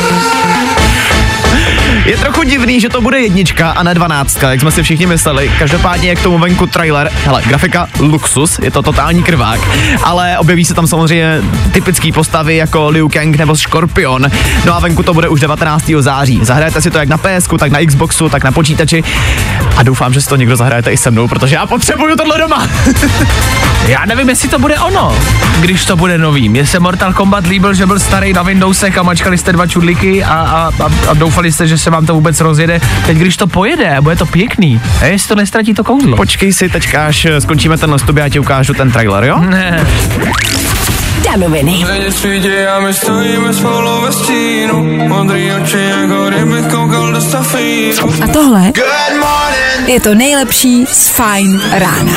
Je trochu divný, že to bude 1 a ne 12, jak jsme si všichni mysleli. Každopádně je k tomu venku trailer. Hele, grafika luxus, je to totální krvák, ale objeví se tam samozřejmě typický postavy jako Liu Kang nebo Škorpion. No a venku to bude už 19. září. Zahrajete si to jak na PSku, tak na Xboxu, tak na počítači. A doufám, že si to někdo zahrajete i se mnou, protože já potřebuju tohle doma. Já nevím, jestli to bude ono, když to bude nový. Mně se Mortal Kombat líbil, že byl starý na Windowsech a mačkali jste 2 čudlíky a doufali jste, že se vám to vůbec rozjede. Teď když to pojede, bude to pěkný. A jestli to nestratí to kouzlo. Počkej si, teďka až skončíme ten stup, já ti ukážu ten trailer, jo? Ne. danoviny. A my stojíme spolu ve stínu, modrý oči jako kdybych koukal do stafíru. A tohle je to nejlepší z Fajn rána.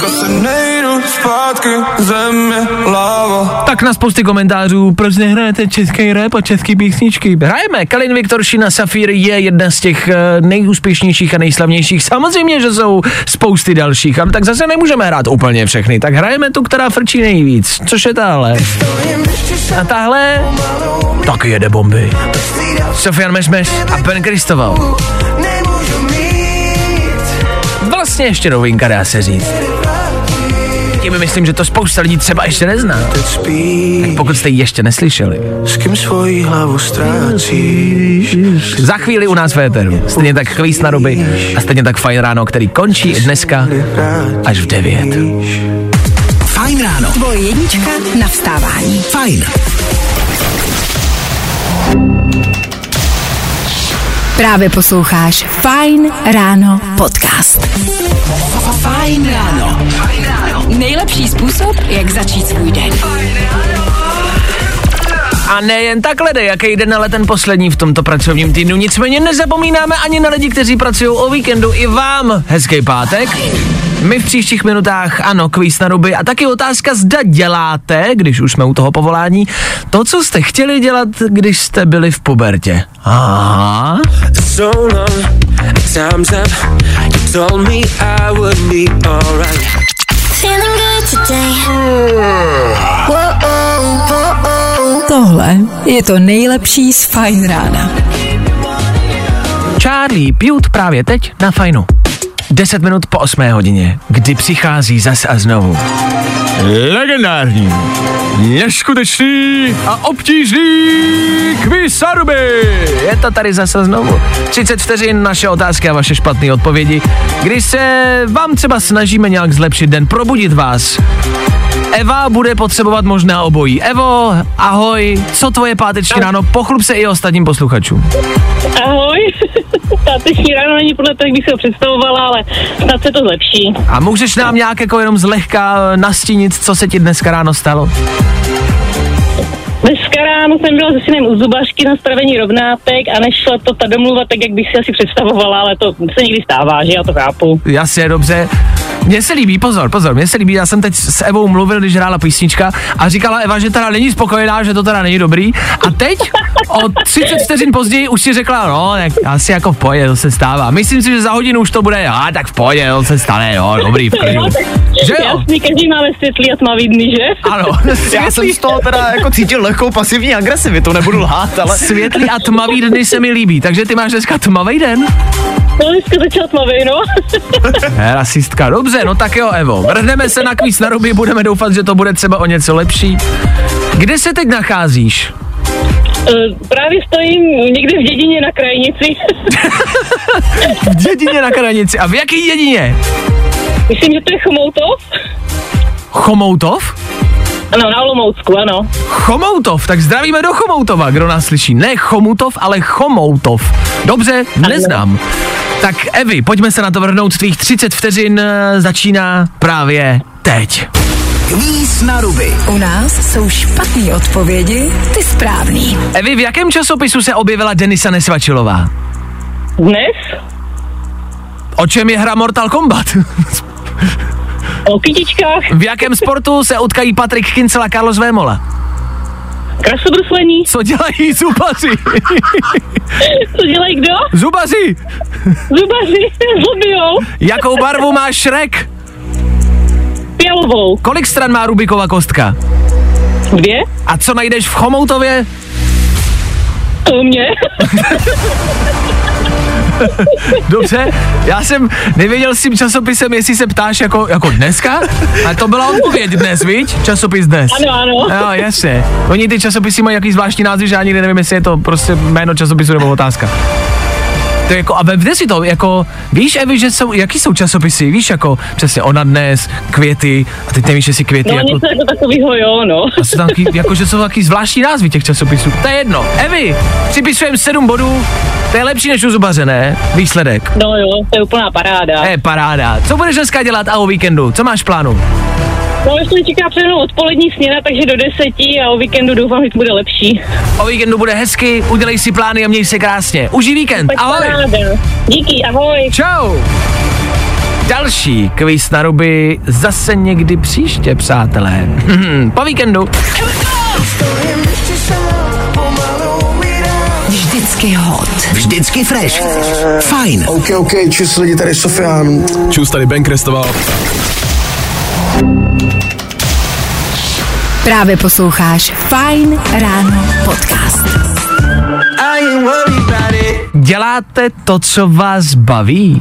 Tak na spousty komentářů, proč nehrajete český rap a český písničky? Hrajeme. Kalin Viktoršina Safír je jedna z těch nejúspěšnějších a nejslavnějších. Samozřejmě, že jsou spousty dalších, ale tak zase nemůžeme hrát úplně všechny. Tak hrajeme tu, která frčí nejvíc. Což je tahle. A tahle taky jede bomby. Sofian Mešmeš a Ben Kristoval. Vlastně ještě novinka, dá se říct. Tím myslím, že to spousta lidí třeba ještě nezná. Tak pokud jste ji ještě neslyšeli. S kým svoji hlavu ztrácíš? Za chvíli u nás v éteru. Stejně tak Kvíz na ruby a stejně tak Fajn ráno, který končí dneska až v 9. Fajn ráno. Tvoje jednička na vstávání. Fajn. Právě posloucháš Fajn ráno podcast. Fajn ráno. Nejlepší způsob, jak začít svůj den. A nejen takhle jde, jaký den, ale ten poslední v tomto pracovním týdnu. Nicméně nezapomínáme ani na lidi, kteří pracují o víkendu. I vám hezký pátek. My v příštích minutách, ano, kvíz na ruby a taky otázka, zda děláte, když už jsme u toho povolání, to, co jste chtěli dělat, když jste byli v pubertě. Aha. Tohle je to nejlepší z Fajn rána. Charlie Puth právě teď na Fajnu. 10 minut po 8 hodině, kdy přichází zas a znovu. Legendární, neskutečný a obtížný kvíz na ruby. Je to tady zase znovu. 30 vteřin naše otázky a vaše špatné odpovědi, kdy se vám třeba snažíme nějak zlepšit den, probudit vás. Eva bude potřebovat možná obojí. Evo, ahoj, co tvoje páteční ráno? Pochlup se i ostatním posluchačům. Ahoj, páteční ráno není podle toho, jak bych se ho představovala, ale snad se to zlepší. A můžeš nám nějak jako jenom zlehka nastínit, co se ti dneska ráno stalo? Dneska ráno jsem byla se synem u zubařky na spravení rovnátek a nešla to ta domluva tak, jak bych si asi představovala, ale to se někdy stává, že já to chápu. Jasně, dobře. Mně se líbí, pozor, mně se líbí, já jsem teď s Evou mluvil, když hrála písnička a říkala Eva, že teda není spokojená, že to teda není dobrý a teď o 30 vteřin později už si řekla, no, tak asi jako v pohodě, to se stává. Myslím si, že za hodinu už to bude, tak v pohodě, to se stane, jo, dobrý, v klidu. Že jo? Jasný, každý máme světlý a tmavý dny, že? Ano. Já jsem z toho teda jako cítil lehkou pasivní agresivitu, nebudu lhát, ale... Světlý a tmavý dny se mi líbí, takže ty máš dneska tmavý den? No, dneska začal tmavý, no. Rasistka, dobře, no tak jo, Evo, vrhneme se na kvíz na ruby, budeme doufat, že to bude třeba o něco lepší. Kde se teď nacházíš? Právě stojím někde v dědině na krajnici. V dědině na krajnici, a v jaký dědině? Myslím, že to je Chomoutov. Chomoutov? Ano, na Olomoucku, ano. Chomoutov, tak zdravíme do Chomoutova, kdo nás slyší. Ne Chomutov, ale Chomoutov. Dobře, neznám. Tak Evi, pojďme se na to vrhnout, tvých 30 vteřin začíná právě teď. Kvíz na ruby. U nás jsou špatné odpovědi, ty správný. Evi, v jakém časopisu se objevila Denisa Nesvačilová? Dnes? O čem je hra Mortal Kombat? O kytičkách. V jakém sportu se utkají Patrik Kyncel a Carlos Vémola? Krasobruslení. Co dělají zubaři? Co dělají kdo? Zubaři. Zubaři, zlobijou. Jakou barvu má Shrek? Fialovou. Kolik stran má Rubikova kostka? 2. A co najdeš v Chomoutově? To mě. Dobře, já jsem nevěděl s tím časopisem, jestli se ptáš jako dneska, ale to byla odpověď dnes, viď? Časopis dnes. Ano. Jo, jasně. Oni ty časopisy mají jaký zvláštní názvy, že já nikdy nevím, jestli je to prostě jméno časopisu nebo otázka. To je jako, a vemte si to, jako, víš, Evi, že jsou, jaký jsou časopisy, víš, jako, přesně Ona dnes, Květy, a teď nevíš, jestli Květy, no, jako... něco jako takovýho, jo, no. A jsou tam taky, jako, že jsou taky zvláštní názvy těch časopisů, to je jedno. Evi, připisujeme 7 bodů, to je lepší než u zubaře, ne? Výsledek. No jo, to je úplná paráda. Paráda. Co budeš dneska dělat a o víkendu, co máš v plánu? No, ještě mi čeká přede mnou odpolední směna, takže do 10 a o víkendu doufám, že to bude lepší. O víkendu bude hezky, udělej si plány a měj se krásně. Užij víkend, ahoj. Díky, ahoj. Čau. Další kvíz na ruby zase někdy příště, přátelé. Po víkendu. Vždycky hot. Vždycky fresh. Fajn. OK, čus lidi, tady Sofián. Čus, tady Ben Krestoval. Právě posloucháš Fajn ráno podcast. Děláte to, co vás baví?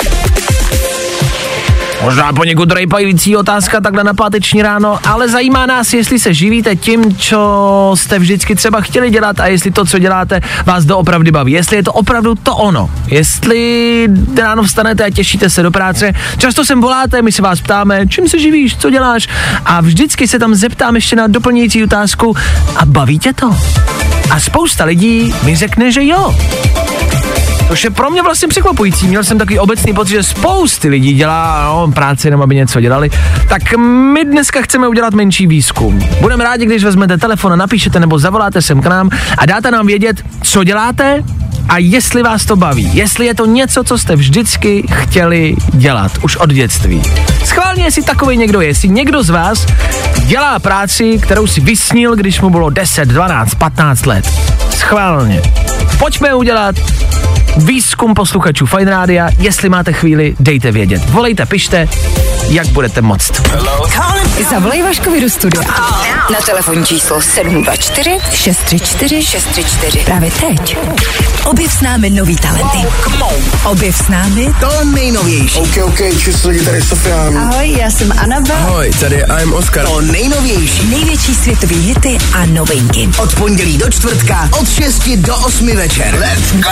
Možná poněkud rejpající otázka takhle na páteční ráno, ale zajímá nás, jestli se živíte tím, co jste vždycky třeba chtěli dělat a jestli to, co děláte, vás doopravdy baví. Jestli je to opravdu to ono. Jestli ráno vstanete a těšíte se do práce. Často sem voláte, my se vás ptáme, čím se živíš, co děláš, a vždycky se tam zeptám ještě na doplňující otázku: a baví tě to? A spousta lidí mi řekne, že jo. Což je pro mě vlastně překvapující. Měl jsem takový obecný pocit, že spousty lidí dělá práci jenom, aby něco dělali. Tak my dneska chceme udělat menší výzkum. Budeme rádi, když vezmete telefon a napíšete nebo zavoláte sem k nám a dáte nám vědět, co děláte a jestli vás to baví. Jestli je to něco, co jste vždycky chtěli dělat, už od dětství. Schválně, jestli takový někdo je, jestli někdo z vás dělá práci, kterou si vysnil, když mu bylo 10, 12, 15 let. Schválně. Pojďme udělat výzkum posluchačů Fajn rádia. Jestli máte chvíli, dejte vědět. Volejte, pište, jak budete moct. Zavolej Vaškovi do studia na telefonní číslo 724 634 634. Právě teď. Objev s námi nový talenty. Objev s námi To nejnovější. OK, čus lidi, tady Sofián. Ahoj, já jsem Anabel. Ahoj, tady I'm Oskar. To nejnovější. největší světový hity a novinky. Od pondělí do čtvrtka od 6 do 8 večer. Let's go!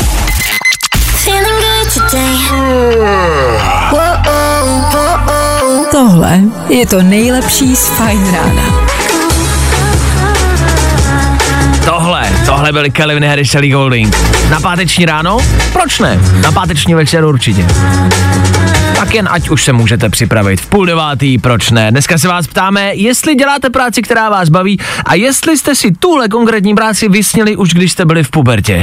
Tohle je to nejlepší z Fajn rána. Tohle byly Calvin Harris a Ellie Goulding. Na páteční ráno? Proč ne? Na páteční večer určitě. Tak jen ať už se můžete připravit. V 8:30, proč ne? Dneska se vás ptáme, jestli děláte práci, která vás baví, a jestli jste si tuhle konkrétní práci vysnili už když jste byli v pubertě.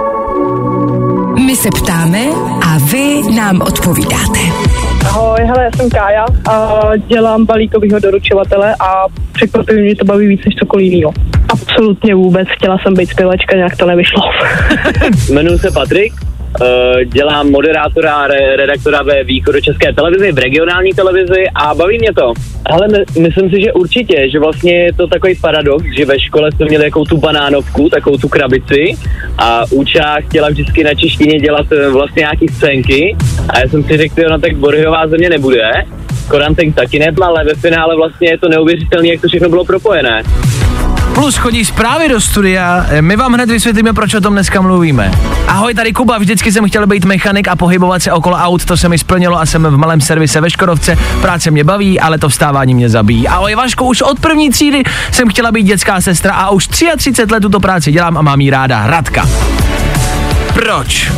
My se ptáme a vy nám odpovídáte. Ahoj, hele, já jsem Kája a dělám balíkovýho doručovatele a překvapivě mě to baví víc než cokoliv jiného. Absolutně vůbec, chtěla jsem být zpěvačka, nějak to nevyšlo. Jmenuji se Patrik, dělám moderátora a redaktora ve východočeské televizi, v regionální televizi a baví mě to. Ale myslím si, že určitě, že vlastně je to takový paradox, že ve škole jsme měli takovou tu banánovku, takovou tu krabici a Úča chtěla vždycky na češtině dělat vlastně nějaký scénky a já jsem si řekl, no tak Borhyová země nebude, Korantek taky ne, ale ve finále vlastně je to neuvěřitelné, jak to všechno bylo propojené. Plus chodí zprávy do studia, my vám hned vysvětlíme, proč o tom dneska mluvíme. Ahoj, tady Kuba, vždycky jsem chtěl být mechanik a pohybovat se okolo aut, to se mi splnilo a jsem v malém servise ve Škodovce, práce mě baví, ale to vstávání mě zabíjí. Ahoj Vašku, už od první třídy jsem chtěla být dětská sestra a už 33 let tuto práci dělám a mám jí ráda. Radka. Proč?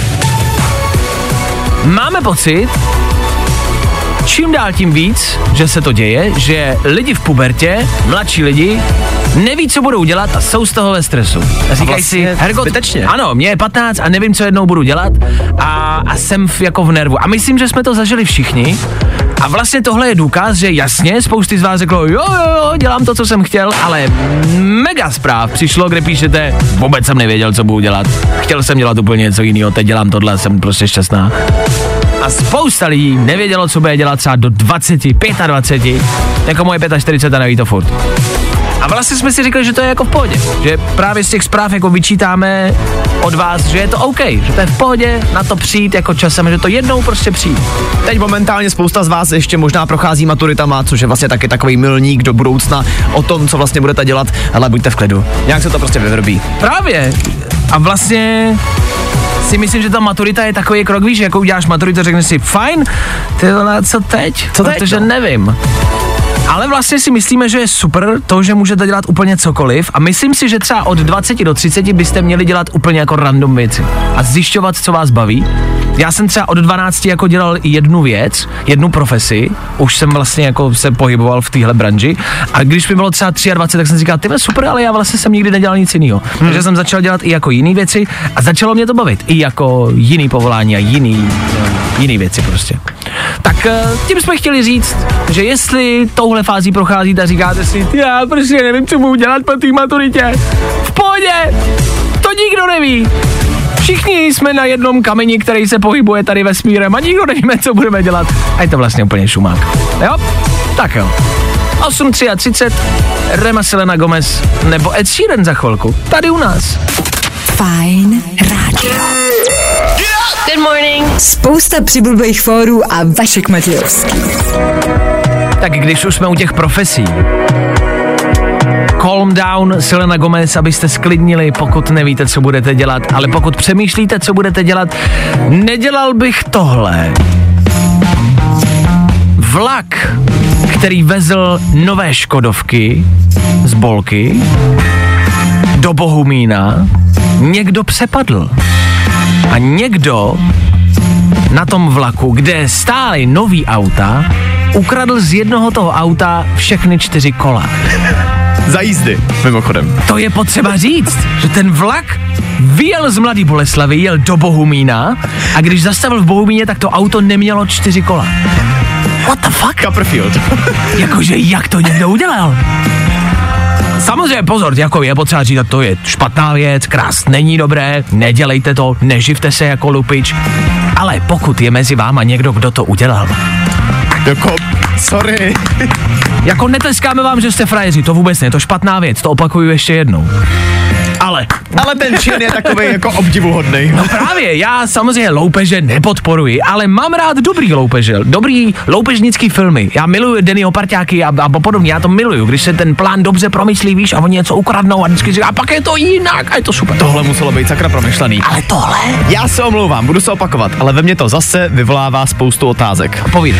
Máme pocit, čím dál tím víc, že se to děje, že lidi v pubertě, mladší lidi, neví, co budou dělat a jsou z toho ve stresu. A říkají vlastně si, hergot, zbytečně. Ano, mě je 15 a nevím, co jednou budu dělat a jsem jako v nervu. A myslím, že jsme to zažili všichni. A vlastně tohle je důkaz, že jasně, spousty z vás řeklo, jo, dělám to, co jsem chtěl, ale mega zpráv přišlo, kde píšete, vůbec jsem nevěděl, co budu dělat. Chtěl jsem dělat úplně něco jiného, teď dělám tohle, jsem prostě šťastná. A spousta lidí nevědělo, co bude dělat třeba do 20, 25, jako moje 45 a neví to furt. A vlastně jsme si říkali, že to je jako v pohodě, že právě z těch zpráv jako vyčítáme od vás, že je to OK, že to je v pohodě na to přijít jako časem, že to jednou prostě přijít. Teď momentálně spousta z vás ještě možná prochází maturitama, což je vlastně taky takový milník do budoucna o tom, co vlastně budete dělat, ale buďte v klidu. Nějak se to prostě vyvrbí. Právě. A vlastně si myslím, že ta maturita je takový krok, víš, jako uděláš maturitu, řekneš si, fajn, co teď? Protože nevím. Ale vlastně si myslíme, že je super to, že můžete dělat úplně cokoliv a myslím si, že třeba od 20 do 30 byste měli dělat úplně jako random věci a zjišťovat, co vás baví. Já jsem třeba od 12 jako dělal jednu věc, jednu profesi, už jsem vlastně jako se pohyboval v téhle branži a když mi bylo třeba 23, tak jsem si říkal, ty super, ale já vlastně jsem nikdy nedělal nic jiného. Takže jsem začal dělat i jako jiný věci a začalo mě to bavit, i jako jiný povolání a jiný věci prostě. Tak tím jsme chtěli říct, že jestli touhle fází procházíte a říkáte si, já prostě nevím, co budu dělat po té maturitě, v pohodě, to nikdo neví. Všichni jsme na jednom kameni, který se pohybuje tady vesmírem a nikdo nevíme, co budeme dělat. A je to vlastně úplně šumák. Jo? Tak jo. 8:33, Rema Selena Gomez nebo Ed Sheeran za chvilku. Tady u nás. Fajn rádio. Good morning. Spousta přibulbých fórů a Vašek Matějovský. Tak když už jsme u těch profesí. Calm down, Selena Gomez, abyste sklidnili, pokud nevíte, co budete dělat, ale pokud přemýšlíte, co budete dělat, nedělal bych tohle. Vlak, který vezl nové Škodovky z Bolky do Bohumína, někdo přepadl. A někdo na tom vlaku, kde stály nový auta, ukradl z jednoho toho auta všechny 4 kola. Za jízdy, mimochodem. To je potřeba říct, že ten vlak vyjel z Mladé Boleslavi, jel do Bohumína a když zastavil v Bohumíně, tak to auto nemělo 4 kola. What the fuck? Copperfield. Jakože jak to někdo udělal? Samozřejmě pozor, jako je potřeba říct, to je špatná věc, krást není dobré, nedělejte to, neživte se jako lupič, ale pokud je mezi váma někdo, kdo to udělal. Jako, sorry. Jako netleskáme vám, že jste frajeři, to vůbec ne, to špatná věc, to opakuju ještě jednou. Ale ten čin je takovej jako obdivuhodnej. No právě, já samozřejmě loupeže nepodporuji, ale mám rád dobrý loupeže, dobrý loupežnický filmy. Já miluju Dannyho parťáky a podobně, já to miluju, když se ten plán dobře promyslí, víš, a oni něco ukradnou a vždycky říká, a pak je to jinak a je to super. Tohle muselo být sakra promyšlený. Ale tohle? Já se omlouvám, budu se opakovat, ale ve mně to zase vyvolává spoustu otázek. Povídej.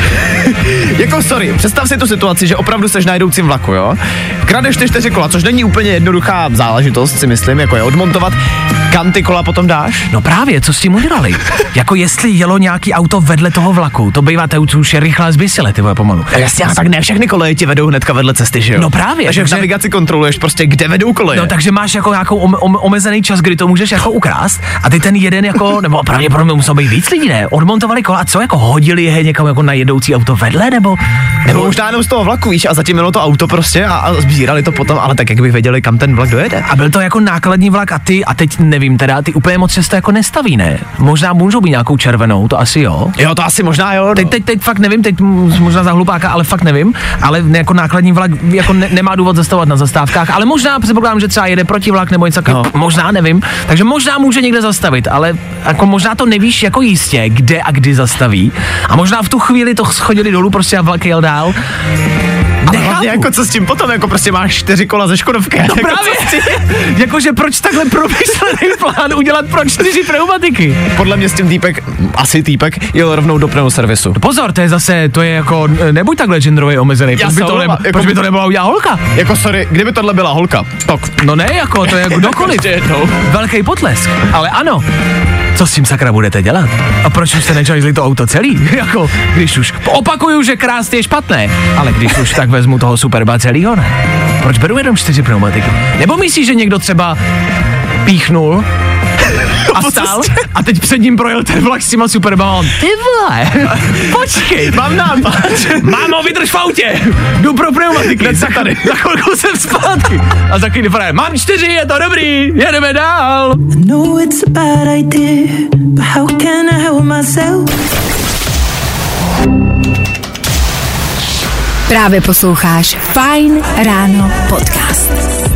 Jako sorry, představ si tu situaci, že opravdu seš na jedoucím vlaku, jo? Kradeš ty 4 kola, což není úplně jednoduchá záležitost, si myslím, jako je odmontovat. Kam ty kola potom dáš? No právě, co s tím udělali? Jako jestli jelo nějaký auto vedle toho vlaku, to bývá, to už je rychle zbysile, ty vole, pomalu. Jasně, tak ne všechny koleje ti vedou hnedka vedle cesty, že jo? No právě. Takže v navigaci kontroluješ prostě, kde vedou koleje. No takže máš jako nějakou omezený čas, kdy to můžeš jako ukrást a ty ten jeden jako, nebo pravděpodobně musel být víc lidí, ne? Odmontovali kola a co, jako hodili je někam jako na jedoucí auto vedle, nebo možná jenom z toho vlaku, víš, a zatím mělo to auto prostě a sbírali to potom, ale tak jak bych věděli, kam ten vlak dojede. A byl to jako nákladní vlak a teď nevím teda, ty úplně moc často jako nestaví, ne? Možná můžou být nějakou červenou, to asi jo. Jo, to asi možná jo. No. Teď fakt nevím, teď možná za hlupáka, ale fakt nevím, ale jako nákladní vlak jako nemá důvod zastavovat na zastávkách, ale možná předpokládám, že třeba jede protivlak nebo něco takového, možná nevím, takže možná může někde zastavit, ale jako možná to nevíš jako jistě, kde a kdy zastaví a možná v tu chvíli to schodili dolů prostě a vlak jel dál. Ale hlavně jako co s tím potom, jako prostě máš 4 kola ze Škodovky. No jako právě, jakože proč takhle promyšlený plán udělat pro 4 pneumatiky? Podle mě s tím týpek jel rovnou do pneuservisu. No pozor, to je jako, nebuď takhle genderově omezený, proč by to nebyla udělat holka? Jako sorry, kdyby tohle byla holka, tak. No ne, jako to je kdokoliv. Velký potlesk, ale ano. Co s tím sakra budete dělat? A proč už jste nečajzli to auto celý? Jako, když už. Opakuju, že krást je špatné, ale když už, tak vezmu toho Superba celýho, ne? Proč beru jenom 4 pneumatiky? Nebo myslíš, že někdo třeba píchnul a stál a teď před ním projel ten vlak s těma Superbama. Ty vole, počkej, mám nápad. Mámo, vydrž v autě, jdu pro pneumatiky. Tady. Za chvilku jsem zpátky. A za chvíli frajer, mám 4, je to dobrý, jedeme dál. Právě posloucháš Fajn ráno podcast.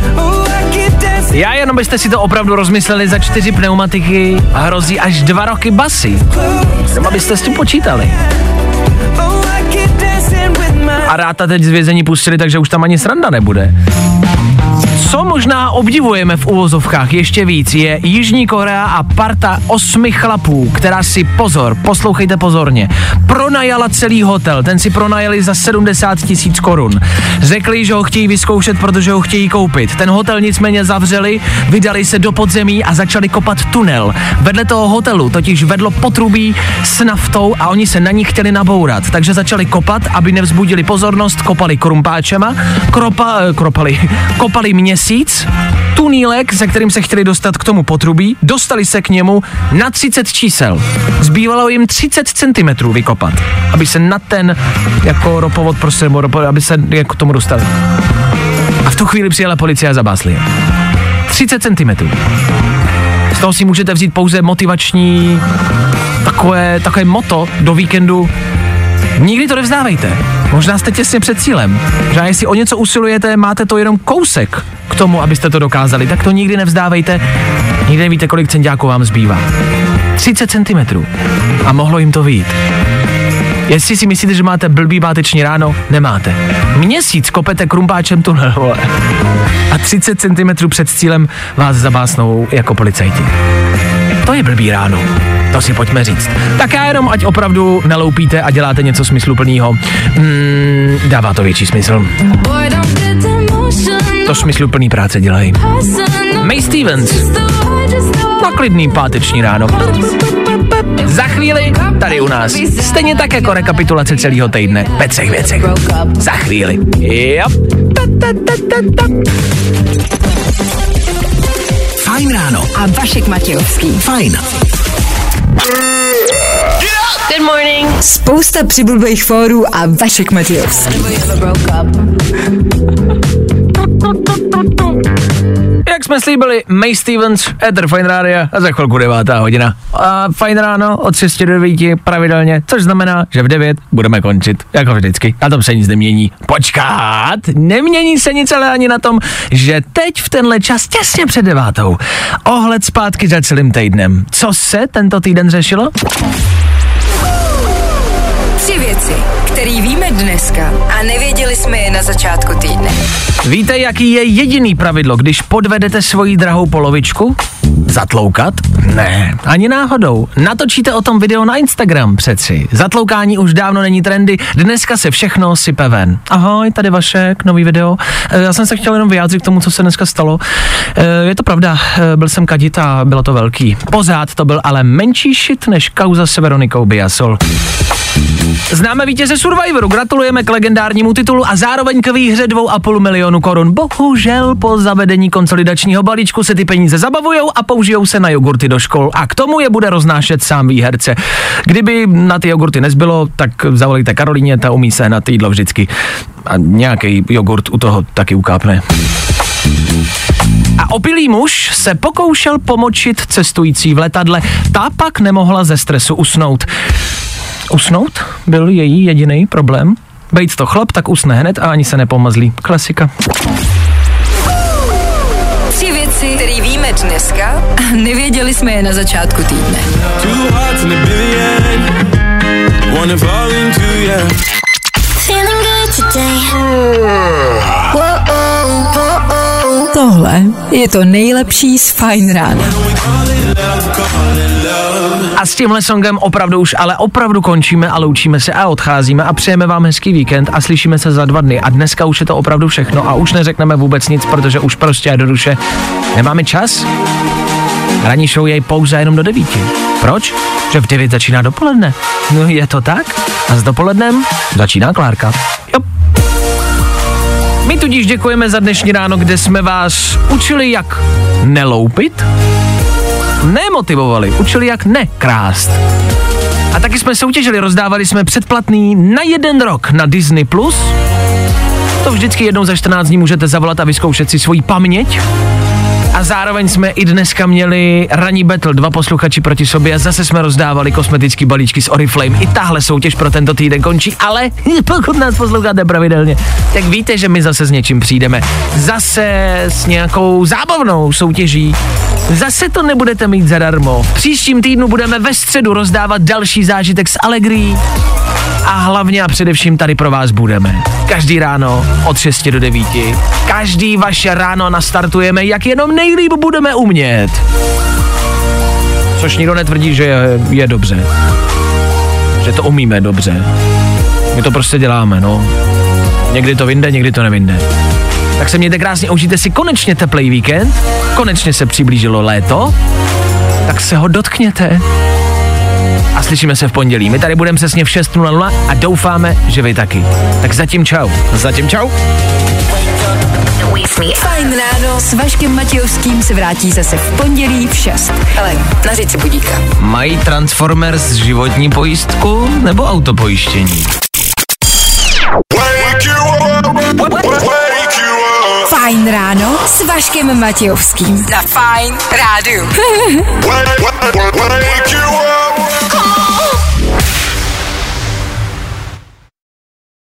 Já jenom byste si to opravdu rozmysleli, za 4 pneumatiky hrozí až 2 roky basy. Třeba byste s tím počítali. A ráta teď z vězení pustili, takže už tam ani sranda nebude. Co možná obdivujeme v uvozovkách ještě víc, je Jižní Korea a parta 8 chlapů, která si, pozor, poslouchejte pozorně, pronajala celý hotel, ten si pronajali za 70 000 korun. Řekli, že ho chtějí vyzkoušet, protože ho chtějí koupit. Ten hotel nicméně zavřeli, vydali se do podzemí a začali kopat tunel. Vedle toho hotelu totiž vedlo potrubí s naftou a oni se na ní chtěli nabourat, takže začali kopat, aby nevzbudili pozornost, kopali krumpáčema, kopali měsíc, tunýlek, se kterým se chtěli dostat k tomu potrubí, dostali se k němu na 30 čísel. Zbývalo jim 30 cm vykopat, aby se na ten jako ropovod prostě, aby se jako k tomu dostali. A v tu chvíli přijela policie a zabásli je. 30 cm. Z toho si můžete vzít pouze motivační takové moto do víkendu. Nikdy to nevzdávejte. Možná jste těsně před cílem. Že jestli o něco usilujete, máte to jenom kousek k tomu, abyste to dokázali. Tak to nikdy nevzdávejte. Nikdy nevíte, kolik centiáků vám zbývá. 30 cm. A mohlo jim to vyjít. Jestli si myslíte, že máte blbý páteční ráno, nemáte. Měsíc kopete krumpáčem tunel, vole. A 30 cm před cílem vás zabásnou jako policajti. To je blbý ráno. To si pojďme říct. Tak já jenom, ať opravdu neloupíte a děláte něco smysluplného. Dává to větší smysl. To smysluplný práce dělají. May Stevens. Na klidný páteční ráno. Za chvíli tady u nás. Stejně tak jako rekapitulace celého týdne. Ve 3 věcech. Za chvíli. Yep. Fajn ráno. A Vašek Matějovský. Fajn. Good morning. Spousta přibulbých fórů a Vašek Matějovský. Jak jsme slíbili, May Stevens, Ether Fajn rádia a za chvilku 9. hodina. A Fajn ráno od 6 do 9 pravidelně, což znamená, že v 9 budeme končit, jako vždycky. Na tom se nic nemění. Počkat, nemění se nic ale ani na tom, že teď v tenhle čas těsně před 9. Ohled zpátky za celým týdnem. Co se tento týden řešilo? 3 věci, které víme dneska a nevěděli jsme je na začátku týdne. Víte, jaký je jediný pravidlo, když podvedete svoji drahou polovičku? Zatloukat? Ne, ani náhodou. Natočíte o tom video na Instagram přeci. Zatloukání už dávno není trendy, dneska se všechno sype ven. Ahoj, tady Vašek, nový video. Já jsem se chtěl jenom vyjádřit k tomu, co se dneska stalo. Je to pravda, byl jsem kadit a bylo to velký. Pořád to byl ale menší shit než kauza s Veronikou Biasol. Známe vítěze Survivoru, gratulujeme k legendárnímu titulu a zároveň k výhře 2,5 milionu korun. Bohužel po zavedení konsolidačního balíčku se ty peníze zabavujou a použijou se na jogurty do škol a k tomu je bude roznášet sám výherce. Kdyby na ty jogurty nezbylo, tak zavolejte Karolíně, ta umí sehnat jídlo vždycky a nějaký jogurt u toho taky ukápne. A opilý muž se pokoušel pomočit cestující v letadle, ta pak nemohla ze stresu usnout. Usnout byl její jediný problém. Bejt to chlap, tak usne hned a ani se nepomazlí. Klasika. 3 věci, které víme dneska a nevěděli jsme je na začátku týdne. Tohle je to nejlepší z Fajn rána. A s tímhle songem opravdu už, ale opravdu končíme a loučíme se a odcházíme a přejeme vám hezký víkend a slyšíme se za 2 dny. A dneska už je to opravdu všechno a už neřekneme vůbec nic, protože už prostě a do duše nemáme čas. Ranní show je pouze jenom do 9. Proč? Že v 9 začíná dopoledne. No je to tak? A s dopolednem začíná Klárka. Jo. My tudíž děkujeme za dnešní ráno, kde jsme vás učili, jak neloupit, nemotivovali, učili, jak nekrást. A taky jsme soutěžili, rozdávali jsme předplatný na 1 rok na Disney+. To vždycky jednou za 14 dní můžete zavolat a vyzkoušet si svoji paměť. A zároveň jsme i dneska měli ranní battle, 2 posluchači proti sobě a zase jsme rozdávali kosmetický balíčky z Oriflame. I tahle soutěž pro tento týden končí, ale pokud nás posloucháte pravidelně, tak víte, že my zase s něčím přijdeme. Zase s nějakou zábavnou soutěží. Zase to nebudete mít zadarmo. V příštím týdnu budeme ve středu rozdávat další zážitek z Allegri. a hlavně a především tady pro vás budeme. Každý ráno od 6 do 9. Každý vaše ráno nastartujeme, jak jenom nejlíp budeme umět. Což nikdo netvrdí, že je dobře. Že to umíme dobře. My to prostě děláme, no. Někdy to vyjde, někdy to nevyjde. Tak se mějte krásně, užijte si konečně teplej víkend, konečně se přiblížilo léto, tak se ho dotkněte. A slyšíme se v pondělí. My tady budeme přesně v 6:00 a doufáme, že vy taky. Tak zatím čau. Zatím čau. Fajn ráno s Vaškem Matějovským se vrátí zase v pondělí v 6. Ale nařiď si budíka. Mají Transformers životní pojistku nebo autopojištění? Fajn ráno s Vaškem Matějovským. Na Fajn rádiu.